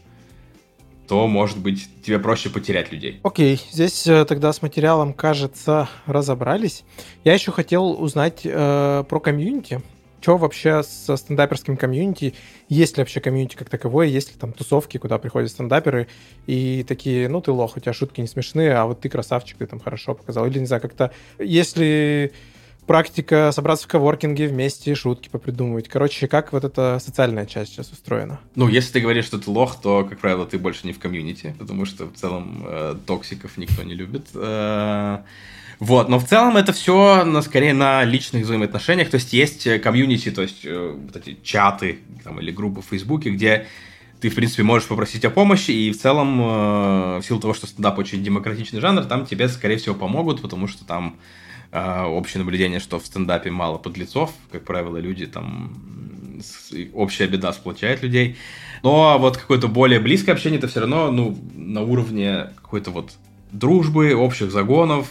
то, может быть, тебе проще потерять людей. Окей, здесь э, тогда с материалом, кажется, разобрались. Я еще хотел узнать э, про комьюнити. Что вообще со стендаперским комьюнити? Есть ли вообще комьюнити как таковое? Есть ли там тусовки, куда приходят стендаперы и такие, ну ты лох, у тебя шутки не смешные, а вот ты красавчик, ты там хорошо показал. Или, не знаю, как-то... Если практика собраться в коворкинге вместе, шутки попридумывать. Короче, как вот эта социальная часть сейчас устроена? Ну, если ты говоришь, что ты лох, то, как правило, ты больше не в комьюнити, потому что в целом э, токсиков никто не любит. Э, вот, но в целом это все на, скорее на личных взаимоотношениях, то есть есть комьюнити, то есть э, вот эти чаты там, или группы в Фейсбуке, где ты, в принципе, можешь попросить о помощи, и в целом, э, в силу того, что стендап очень демократичный жанр, там тебе, скорее всего, помогут, потому что там э, общее наблюдение, что в стендапе мало подлецов, как правило, люди там, с, общая беда сплочает людей, но вот какое-то более близкое общение, это все равно, ну, на уровне какой-то вот дружбы, общих загонов.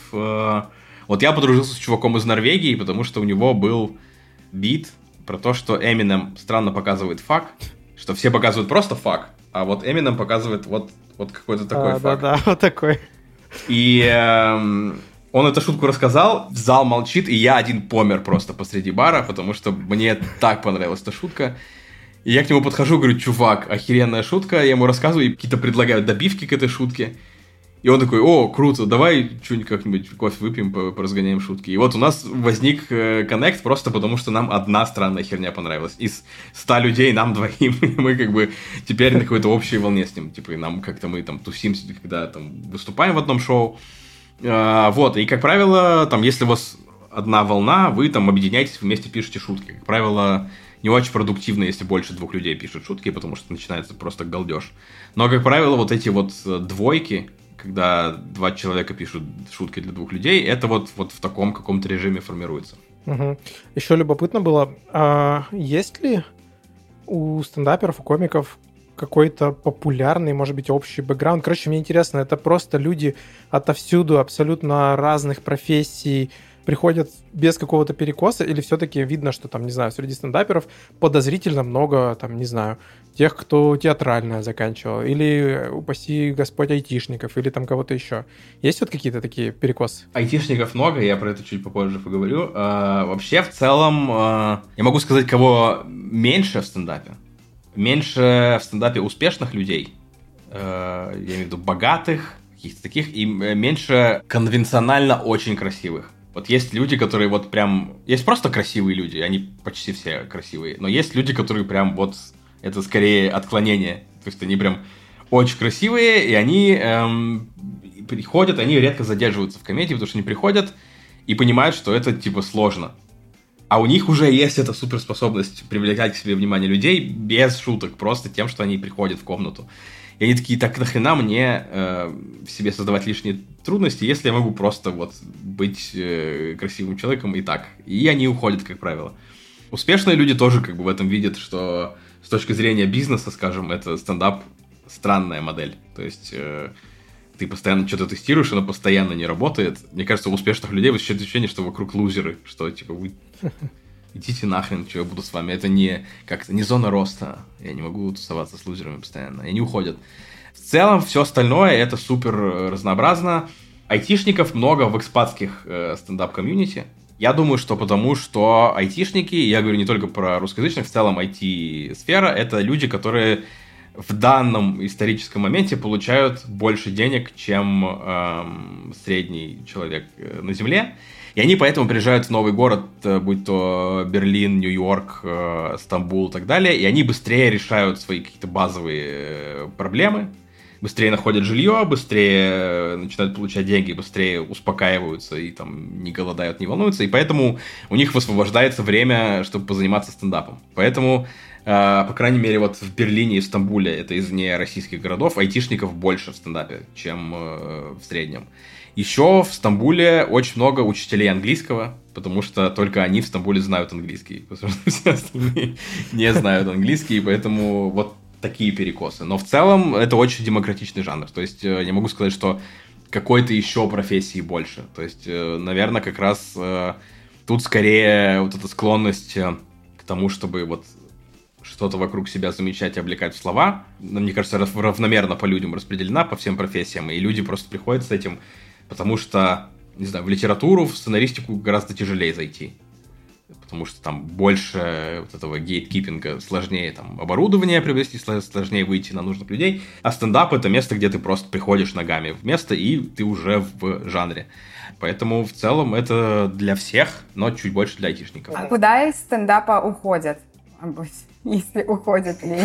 Вот я подружился с чуваком из Норвегии, потому что у него был бит про то, что Эминем странно показывает фак, что все показывают просто фак, а вот Эминем показывает вот, вот какой-то такой а, фак. Да-да, вот такой. И э, он эту шутку рассказал, зал молчит, и я один помер просто посреди бара, потому что мне так понравилась эта шутка. И я к нему подхожу, говорю, чувак, охеренная шутка, я ему рассказываю, и какие-то предлагают добивки к этой шутке. И он такой, о, круто, давай что-нибудь как-нибудь кофе выпьем, поразгоняем шутки. И вот у нас возник коннект просто потому, что нам одна странная херня понравилась. Из ста людей нам двоим, мы как бы теперь на какой-то общей волне с ним. Типа, нам как-то мы там тусимся, когда там выступаем в одном шоу. А, вот, и, как правило, там, если у вас одна волна, вы там объединяетесь, вместе пишете шутки. Как правило, не очень продуктивно, если больше двух людей пишут шутки, потому что начинается просто галдеж. Но, как правило, вот эти вот двойки, когда два человека пишут шутки для двух людей, это вот, вот в таком каком-то режиме формируется. Угу. Еще любопытно было, а есть ли у стендаперов, у комиков какой-то популярный, может быть, общий бэкграунд? Короче, мне интересно, это просто люди отовсюду, абсолютно разных профессий, приходят без какого-то перекоса, или все-таки видно, что там, не знаю, среди стендаперов подозрительно много, там, не знаю, тех, кто театральное заканчивал, или, упаси Господь, айтишников, или там кого-то еще. Есть вот какие-то такие перекосы? Айтишников много, я про это чуть попозже поговорю. А, вообще, в целом, а, я могу сказать, кого меньше в стендапе. Меньше в стендапе успешных людей, а, я имею в виду богатых, каких-то таких, и меньше конвенционально очень красивых. Вот есть люди, которые вот прям... Есть просто красивые люди, они почти все красивые, но есть люди, которые прям вот... Это скорее отклонение. То есть они прям очень красивые, и они эм, приходят, они редко задерживаются в комедии, потому что они приходят и понимают, что это, типа, сложно. А у них уже есть эта суперспособность привлекать к себе внимание людей без шуток, просто тем, что они приходят в комнату. И они такие, так нахрена мне э, в себе создавать лишние трудности, если я могу просто вот быть э, красивым человеком и так. И они уходят, как правило. Успешные люди тоже как бы в этом видят, что... С точки зрения бизнеса, скажем, это стендап странная модель. То есть э, ты постоянно что-то тестируешь, оно постоянно не работает. Мне кажется, у успешных людей возникает ощущение, что вокруг лузеры, что типа вы идите нахрен, что я буду с вами. Это не как-то не зона роста. Я не могу тусоваться с лузерами постоянно. И они уходят. В целом, все остальное это супер разнообразно. Айтишников много в экспатских э, стендап-комьюнити. Я думаю, что потому, что айтишники, я говорю не только про русскоязычных, в целом ай ти-сфера, это люди, которые в данном историческом моменте получают больше денег, чем эм, средний человек на Земле. И они поэтому приезжают в новый город, будь то Берлин, Нью-Йорк, э, Стамбул и так далее, и они быстрее решают свои какие-то базовые проблемы, быстрее находят жилье, быстрее начинают получать деньги, быстрее успокаиваются и там не голодают, не волнуются, и поэтому у них высвобождается время, чтобы позаниматься стендапом. Поэтому, э, по крайней мере, вот в Берлине и в Стамбуле, это из нероссийских городов, айтишников больше в стендапе, чем э, в среднем. Еще в Стамбуле очень много учителей английского, потому что только они в Стамбуле знают английский, потому что все остальные не знают английский, и поэтому вот такие перекосы. Но в целом это очень демократичный жанр. То есть я могу сказать, что какой-то еще профессии больше. То есть, наверное, как раз тут скорее вот эта склонность к тому, чтобы вот что-то вокруг себя замечать и облекать в слова, мне кажется, равномерно по людям распределена, по всем профессиям. И люди просто приходят с этим, потому что, не знаю, в литературу, в сценаристику гораздо тяжелее зайти. Потому что там больше вот этого гейткипинга, сложнее там оборудование приобрести, сложнее выйти на нужных людей. А стендап — это место, где ты просто приходишь ногами в место, и ты уже в жанре. Поэтому в целом это для всех, но чуть больше для айтишников. А куда из стендапа уходят? Если уходят ли?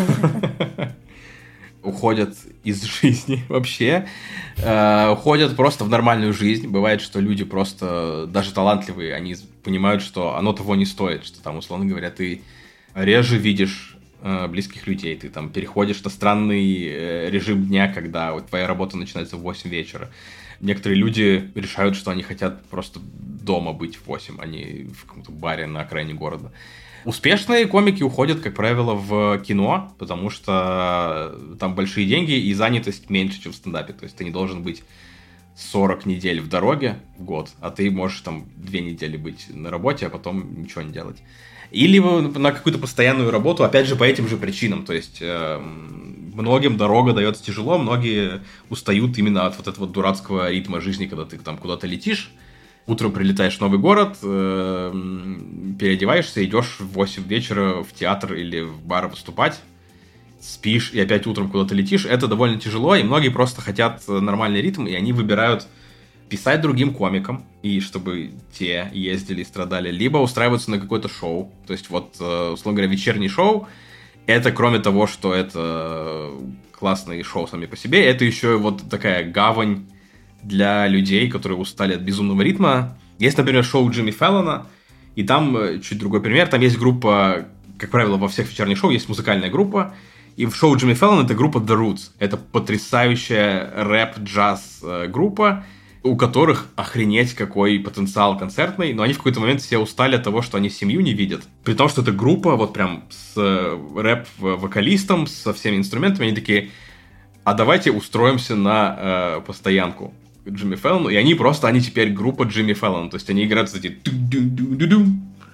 Уходят из жизни вообще, э, уходят просто в нормальную жизнь. Бывает, что люди просто, даже талантливые, они понимают, что оно того не стоит, что там, условно говоря, ты реже видишь э, близких людей, ты там переходишь на странный э, режим дня, когда вот твоя работа начинается в восемь вечера. Некоторые люди решают, что они хотят просто дома быть в восемь, а не в каком-то баре на окраине города. Успешные комики уходят, как правило, в кино, потому что там большие деньги и занятость меньше, чем в стендапе. То есть ты не должен быть сорок недель в дороге в год, а ты можешь там две недели быть на работе, а потом ничего не делать. Или на какую-то постоянную работу, опять же, по этим же причинам. То есть э, многим дорога дается тяжело, многие устают именно от вот этого дурацкого ритма жизни, когда ты там куда-то летишь, утром прилетаешь в новый город, э, переодеваешься, идешь в восемь вечера в театр или в бар выступать, спишь и опять утром куда-то летишь. Это довольно тяжело, и многие просто хотят нормальный ритм, и они выбирают писать другим комикам, и чтобы те ездили и страдали, либо устраиваться на какое-то шоу. То есть вот, условно говоря, вечернее шоу, это кроме того, что это классные шоу сами по себе, это еще вот такая гавань для людей, которые устали от безумного ритма. Есть, например, шоу Джимми Фэллона, и там чуть другой пример. Там есть группа, как правило, во всех вечерних шоу есть музыкальная группа, и в шоу Джимми Фэллона это группа The Roots. Это потрясающая рэп-джаз-группа, у которых охренеть какой потенциал концертный, но они в какой-то момент все устали от того, что они семью не видят. При том, что эта группа вот прям с рэп-вокалистом, со всеми инструментами, они такие: а давайте устроимся на э, постоянку к Джимми Фэллону, и они просто, они теперь группа Джимми Фэллона, то есть они играют эти ду-ду-ду-ду-ду,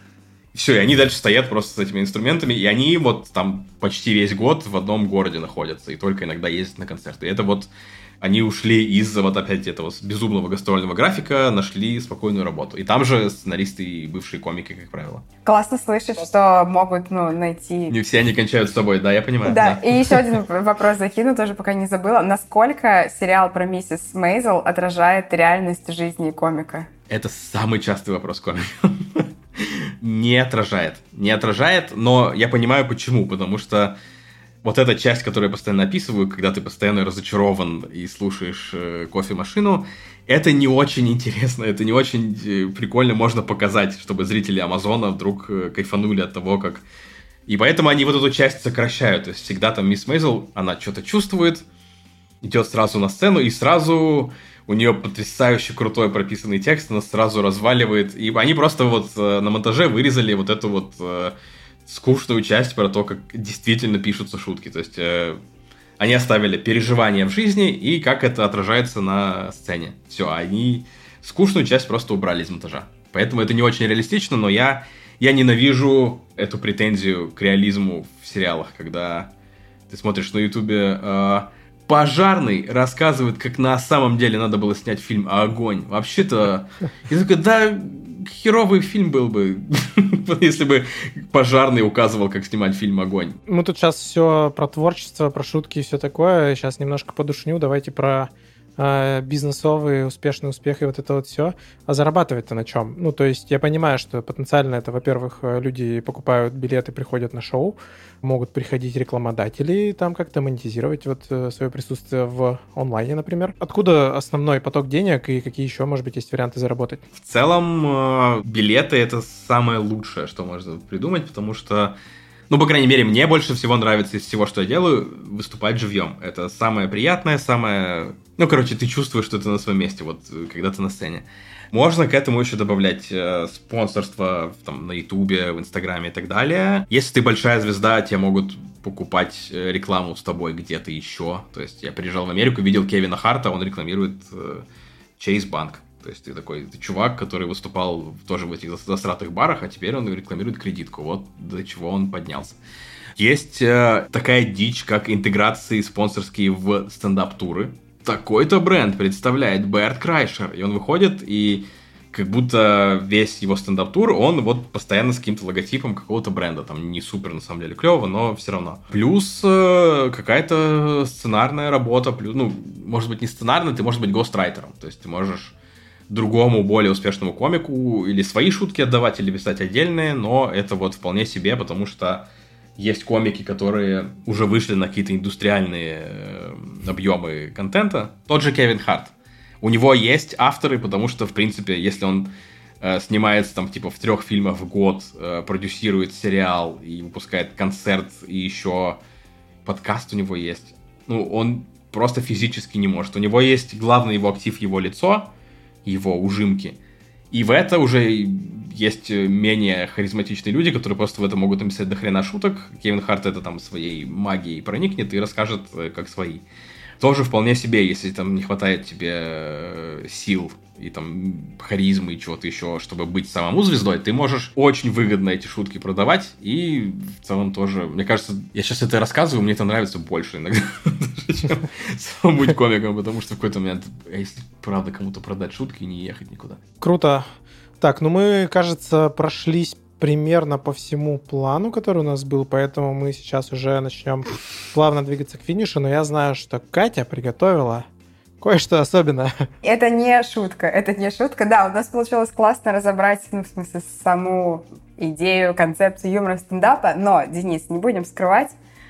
Все, и они дальше стоят просто с этими инструментами, и они вот там почти весь год в одном городе находятся, и только иногда ездят на концерты. И это вот они ушли из-за вот опять этого безумного гастрольного графика, нашли спокойную работу. И там же сценаристы и бывшие комики, как правило. Классно слышать, что могут, ну, найти... Не все они кончают с тобой, да, я понимаю. Да, да. И еще один вопрос закину, тоже пока не забыла. Насколько сериал про миссис Мейзел отражает реальность жизни комика? Это самый частый вопрос комика. Не отражает. Не отражает, но я понимаю, почему. Потому что вот эта часть, которую я постоянно описываю, когда ты постоянно разочарован и слушаешь э, кофемашину, это не очень интересно, это не очень э, прикольно можно показать, чтобы зрители Амазона вдруг э, кайфанули от того, как... И поэтому они вот эту часть сокращают. То есть всегда там мисс Мейзел, она что-то чувствует, идет сразу на сцену, и сразу у нее потрясающе крутой прописанный текст, она сразу разваливает. И они просто вот э, на монтаже вырезали вот эту вот... Э, скучную часть про то, как действительно пишутся шутки. То есть э, они оставили переживания в жизни и как это отражается на сцене. Все, они скучную часть просто убрали из монтажа. Поэтому это не очень реалистично, но я, я ненавижу эту претензию к реализму в сериалах, когда ты смотришь на ютубе э, пожарный рассказывает, как на самом деле надо было снять фильм «Огонь». Вообще-то, я такой, да... херовый фильм был бы, если бы пожарный указывал, как снимать фильм «Огонь». Мы тут сейчас все про творчество, про шутки и все такое. Сейчас немножко подушню. Давайте про э, бизнесовый успешный успех и вот это вот все. А зарабатывать-то на чем? Ну, то есть я понимаю, что потенциально это, во-первых, люди покупают билеты, приходят на шоу, могут приходить рекламодатели, там как-то монетизировать вот свое присутствие в онлайне, например. Откуда основной поток денег и какие еще, может быть, есть варианты заработать? В целом, билеты — это самое лучшее, что можно придумать, потому что, ну, по крайней мере, мне больше всего нравится из всего, что я делаю, выступать живьем. Это самое приятное, самое... Ну, короче, ты чувствуешь, что ты на своем месте, вот, когда ты на сцене. Можно к этому еще добавлять э, спонсорство там, на Ютубе, в Инстаграме и так далее. Если ты большая звезда, тебе могут покупать э, рекламу с тобой где-то еще. То есть я приезжал в Америку, видел Кевина Харта, он рекламирует э, Chase Bank. То есть ты такой ты чувак, который выступал тоже в этих засратых барах, а теперь он рекламирует кредитку. Вот до чего он поднялся. Есть э, такая дичь, как интеграции спонсорские в стендап-туры. Такой-то бренд представляет Берт Крайшер, и он выходит, и как будто весь его стендап-тур, он вот постоянно с каким-то логотипом какого-то бренда, там не супер на самом деле клево, но все равно. Плюс э, какая-то сценарная работа, плюс, ну, может быть не сценарная, ты можешь быть гострайтером, то есть ты можешь другому, более успешному комику или свои шутки отдавать, или писать отдельные, но это вот вполне себе, потому что есть комики, которые уже вышли на какие-то индустриальные э, объемы контента. Тот же Кевин Харт. У него есть авторы, потому что, в принципе, если он э, снимается там типа в трех фильмах в год, э, продюсирует сериал и выпускает концерт, и еще подкаст у него есть, ну, он просто физически не может. У него есть главный его актив, его лицо, его ужимки. И в это уже есть менее харизматичные люди, которые просто в это могут написать до хрена шуток. Кевин Харт это там своей магией проникнет и расскажет как свои. Тоже вполне себе, если там не хватает тебе сил и там харизмы и чего-то еще, чтобы быть самому звездой, ты можешь очень выгодно эти шутки продавать, и в целом тоже, мне кажется, я сейчас это рассказываю, мне это нравится больше иногда, чем самому быть комиком, потому что в какой-то момент, если правда кому-то продать шутки, не ехать никуда. Круто. Так, ну мы, кажется, прошлись примерно по всему плану, который у нас был, поэтому мы сейчас уже начнем плавно двигаться к финишу, но я знаю, что Катя приготовила кое-что особенное. Это не шутка, это не шутка. Да, у нас получилось классно разобрать, ну, в смысле, саму идею, концепцию юмора стендапа, но, Денис, не будем скрывать,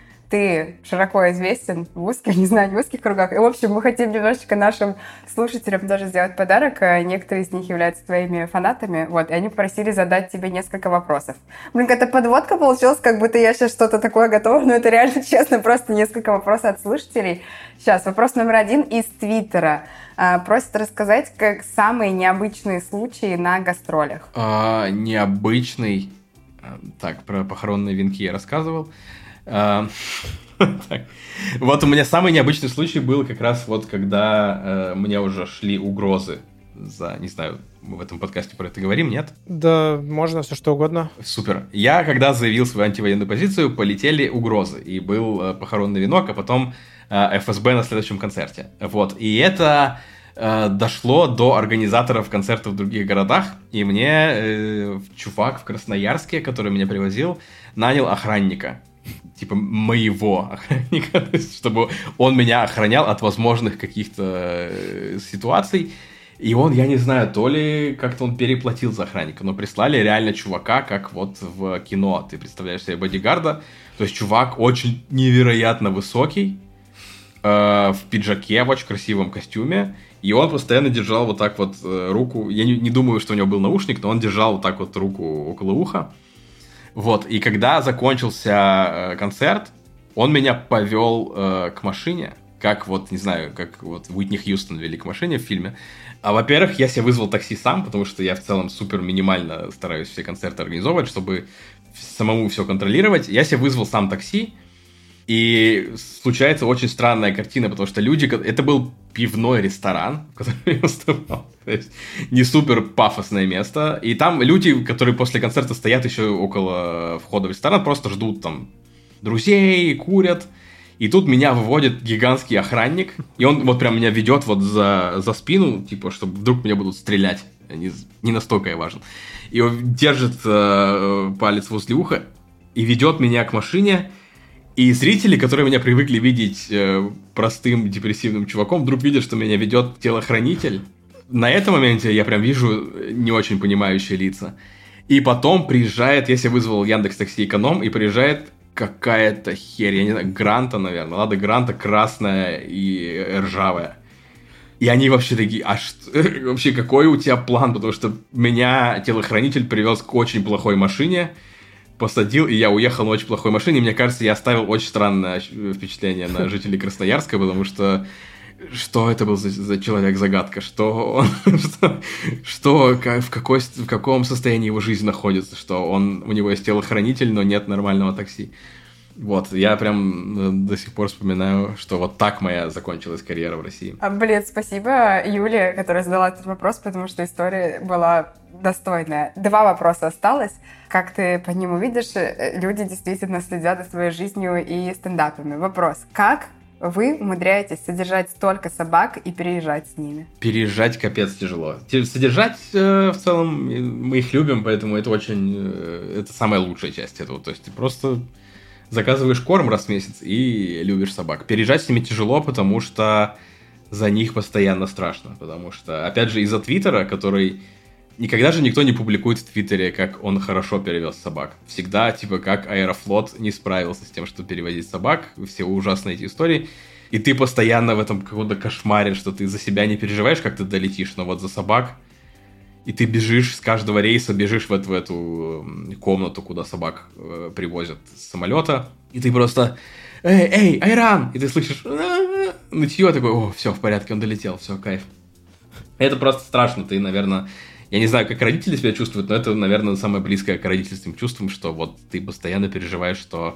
ты широко известен в узких, не знаю, в узких кругах. И, в общем, мы хотим немножечко нашим слушателям тоже сделать подарок. Некоторые из них являются твоими фанатами. Вот, и они попросили задать тебе несколько вопросов. Блин, какая-то подводка получилась, как будто я сейчас что-то такое готова, но это реально честно, просто несколько вопросов от слушателей. Сейчас, вопрос номер один из Твиттера. Просят рассказать, как самые необычные случаи на гастролях. А, необычный... Так, про похоронные венки я рассказывал. Uh, вот у меня самый необычный случай был как раз вот, когда uh, мне уже шли угрозы за, не знаю, мы в этом подкасте про это говорим, нет? Да, можно все что угодно. Супер. Я, когда заявил свою антивоенную позицию, полетели угрозы. И был э, похоронный венок, а потом э, эф эс бэ на следующем концерте. Вот. И это э, дошло до организаторов концертов в других городах. И мне э, чувак в Красноярске, который меня привозил, нанял охранника. Типа моего охранника, чтобы он меня охранял от возможных каких-то э, ситуаций. И он, я не знаю, то ли как-то он переплатил за охранника, но прислали реально чувака, как вот в кино. Ты представляешь себе бодигарда. То есть чувак очень невероятно высокий, э, в пиджаке, в очень красивом костюме. И он постоянно держал вот так вот э, руку. Я не, не думаю, что у него был наушник, но он держал вот так вот руку около уха. Вот, и когда закончился э, концерт, он меня повел э, к машине, как вот, не знаю, как вот Уитни Хьюстон вели к машине в фильме. А, во-первых, я себе вызвал такси сам, потому что я в целом супер минимально стараюсь все концерты организовывать, чтобы самому все контролировать. Я себе вызвал сам такси, и случается очень странная картина, потому что люди... Это был пивной ресторан, в котором я выступал. То есть не супер пафосное место. И там люди, которые после концерта стоят еще около входа в ресторан, просто ждут там друзей, курят. И тут меня выводит гигантский охранник, и он вот прям меня ведет вот за, за спину, типа, чтобы вдруг меня будут стрелять. Не, не настолько я важен. И он держит э, палец возле уха и ведет меня к машине. И зрители, которые меня привыкли видеть э, простым депрессивным чуваком, вдруг видят, что меня ведет телохранитель. На этом моменте я прям вижу не очень понимающие лица. И потом приезжает, я себе вызвал Яндекс.Такси эконом, и приезжает какая-то херь, я не знаю, Гранта, наверное. Лада Гранта красная и ржавая. И они вообще такие, а что, вообще какой у тебя план? Потому что меня телохранитель привез к очень плохой машине, посадил, и я уехал на очень плохой машине. И мне кажется, я оставил очень странное впечатление на жителей Красноярска, потому что что это был за, за человек-загадка? Что он, что, что как, в, какой, в каком состоянии его жизнь находится? Что он, у него есть телохранитель, но нет нормального такси. Вот, я прям до сих пор вспоминаю, что вот так моя закончилась карьера в России. А, блин, спасибо Юле, которая задала этот вопрос, потому что история была достойная. Два вопроса осталось. Как ты по ним увидишь, люди действительно следят за своей жизнью и стендапами. Вопрос. Как вы умудряетесь содержать столько собак и переезжать с ними? Переезжать капец тяжело. Содержать э, в целом мы их любим, поэтому это очень... Э, это самая лучшая часть этого. То есть ты просто заказываешь корм раз в месяц и любишь собак. Переезжать с ними тяжело, потому что за них постоянно страшно. Потому что, опять же, из-за Твиттера, который... Никогда же никто не публикует в Твиттере, как он хорошо перевез собак. Всегда, типа, как Аэрофлот не справился с тем, что перевозить собак. Все ужасные эти истории. И ты постоянно в этом каком-то кошмаре, что ты за себя не переживаешь, как ты долетишь, но вот за собак. И ты бежишь с каждого рейса, бежишь в эту, в эту комнату, куда собак э, привозят с самолета. И ты просто... Эй, эй, Айран! И ты слышишь... Нытье такое, о, все, в порядке, он долетел, все, кайф. Это просто страшно, ты, наверное... Я не знаю, как родители себя чувствуют, но это, наверное, самое близкое к родительским чувствам, что вот ты постоянно переживаешь, что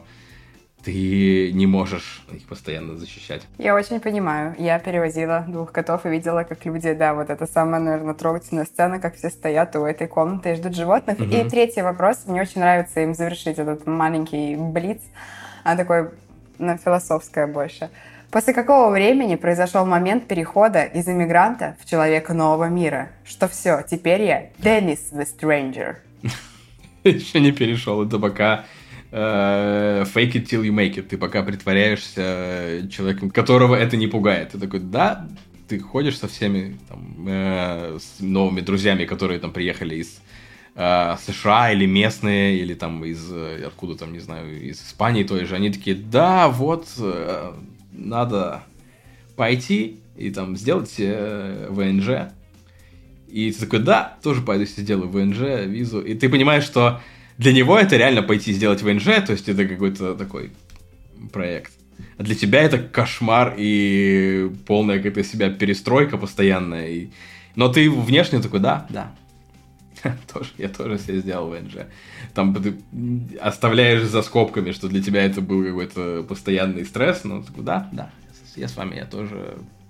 ты не можешь их постоянно защищать. Я очень понимаю. Я перевозила двух котов и видела, как люди, да, вот это самая, наверное, трогательная сцена, как все стоят у этой комнаты и ждут животных. Угу. И третий вопрос. Мне очень нравится им завершить этот маленький блиц, а такой, ну, философское больше. После какого времени произошел момент перехода из иммигранта в человека нового мира? Что все, теперь я Деннис the Stranger. Еще не перешел, это пока э, fake it till you make it. Ты пока притворяешься человеком, которого это не пугает. Ты такой, да, ты ходишь со всеми там, э, с новыми друзьями, которые там приехали из э, США или местные, или там из, откуда там, не знаю, из Испании той же. Они такие, да, вот... Э, надо пойти и там сделать э, вэ эн жэ. И ты такой, да, тоже пойду сделаю вэ эн жэ, визу. И ты понимаешь, что для него это реально пойти сделать вэ эн жэ, то есть это какой-то такой проект. А для тебя это кошмар и полная какая-то себя перестройка постоянная. И... Но ты внешне такой, да, да. Тоже, я тоже себе сделал вэ эн жэ. Там ты оставляешь за скобками, что для тебя это был какой-то постоянный стресс, но такой, да, да, я с вами, я тоже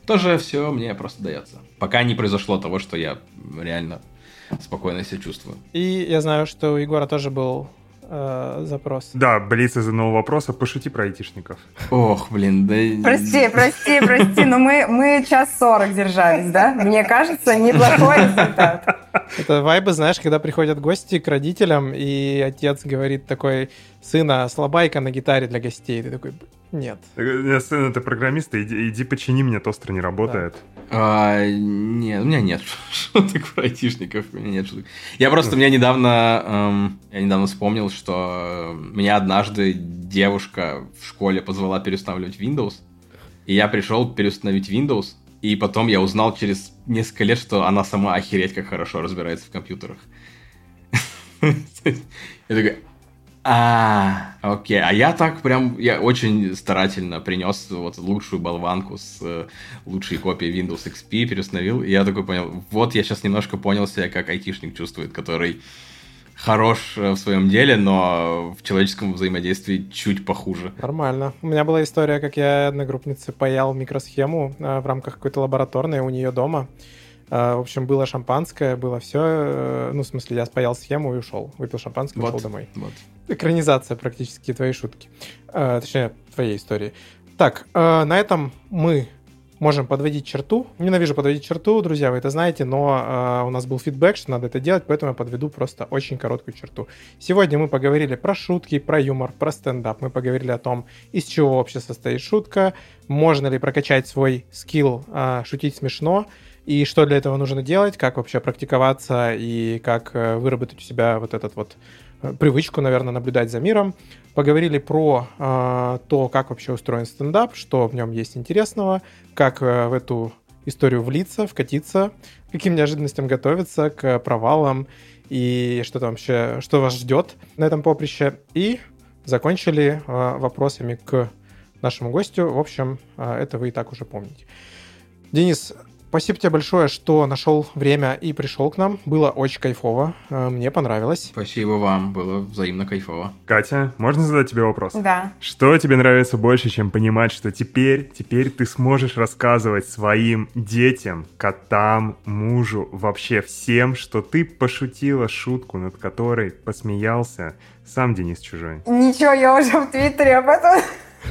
тоже все мне просто дается. Пока не произошло того, что я реально спокойно себя чувствую. И я знаю, что у Егора тоже был э, запрос. Да, блиц из одного вопроса. Пошути про айтишников. Ох, блин, да... Прости, прости, прости, но мы, мы час сорок держались, да? Мне кажется, неплохой результат. Это вайбы, знаешь, когда приходят гости к родителям, и отец говорит такой: сына, слабайка на гитаре для гостей. Ты такой: нет. Сын, ты программист, иди, иди почини, мне тостер не работает. Да. А, нет, у меня нет шуток про айтишников. У меня нет шуток. Я просто, у меня недавно, эм, я недавно вспомнил, что меня однажды девушка в школе позвала переустанавливать Windows, и я пришел переустановить Windows, и потом я узнал через несколько лет, что она сама охереть как хорошо разбирается в компьютерах. Я такой: а, окей. А я так прям, я очень старательно принес вот лучшую болванку с э, лучшей копией Windows икс пи, переустановил, и я такой понял, вот я сейчас немножко понял себя, как айтишник чувствует, который хорош в своем деле, но в человеческом взаимодействии чуть похуже. Нормально. У меня была история, как я одногруппнице паял микросхему э, в рамках какой-то лабораторной у нее дома. Э, в общем, было шампанское, было все. Э, ну, в смысле, я спаял схему и ушел. Выпил шампанское и вот, ушел домой. Вот. Экранизация практически твоей шутки. Э, точнее, твоей истории. Так, э, на этом мы можем подводить черту. Ненавижу подводить черту, друзья, вы это знаете, но э, у нас был фидбэк, что надо это делать, поэтому я подведу просто очень короткую черту. Сегодня мы поговорили про шутки, про юмор, про стендап. Мы поговорили о том, из чего вообще состоит шутка, можно ли прокачать свой скилл э, шутить смешно, и что для этого нужно делать, как вообще практиковаться и как э, выработать у себя вот этот вот э, привычку, наверное, наблюдать за миром. Поговорили про э, то, как вообще устроен стендап, что в нем есть интересного, как э, в эту историю влиться, вкатиться, к каким неожиданностям готовиться, к провалам и что там вообще, что вас ждет на этом поприще. И закончили э, вопросами к нашему гостю. В общем, э, это вы и так уже помните. Денис, спасибо тебе большое, что нашел время и пришел к нам. Было очень кайфово. Мне понравилось. Спасибо вам. Было взаимно кайфово. Катя, можно задать тебе вопрос? Да. Что тебе нравится больше, чем понимать, что теперь, теперь ты сможешь рассказывать своим детям, котам, мужу, вообще всем, что ты пошутила шутку, над которой посмеялся сам Денис Чужой? Ничего, я уже в Твиттере об этом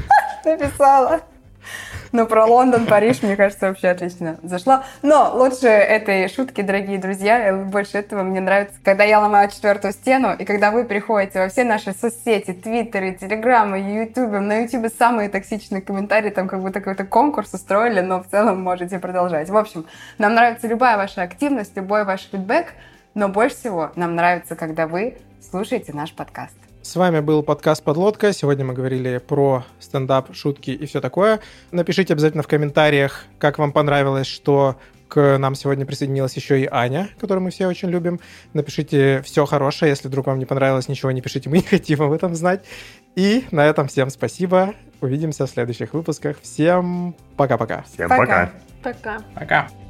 написала. Ну, про Лондон, Париж, мне кажется, вообще отлично зашло. Но лучше этой шутки, дорогие друзья, больше этого мне нравится, когда я ломаю четвертую стену, и когда вы приходите во все наши соцсети, твиттеры, телеграммы, ютубе, на ютубе самые токсичные комментарии, там как будто какой-то конкурс устроили, но в целом можете продолжать. В общем, нам нравится любая ваша активность, любой ваш фидбэк, но больше всего нам нравится, когда вы слушаете наш подкаст. С вами был подкаст «Подлодка». Сегодня мы говорили про стендап, шутки и все такое. Напишите обязательно в комментариях, как вам понравилось, что к нам сегодня присоединилась еще и Аня, которую мы все очень любим. Напишите все хорошее. Если вдруг вам не понравилось ничего, не пишите, мы не хотим об этом знать. И на этом всем спасибо. Увидимся в следующих выпусках. Всем пока-пока. Всем пока. Пока. Пока.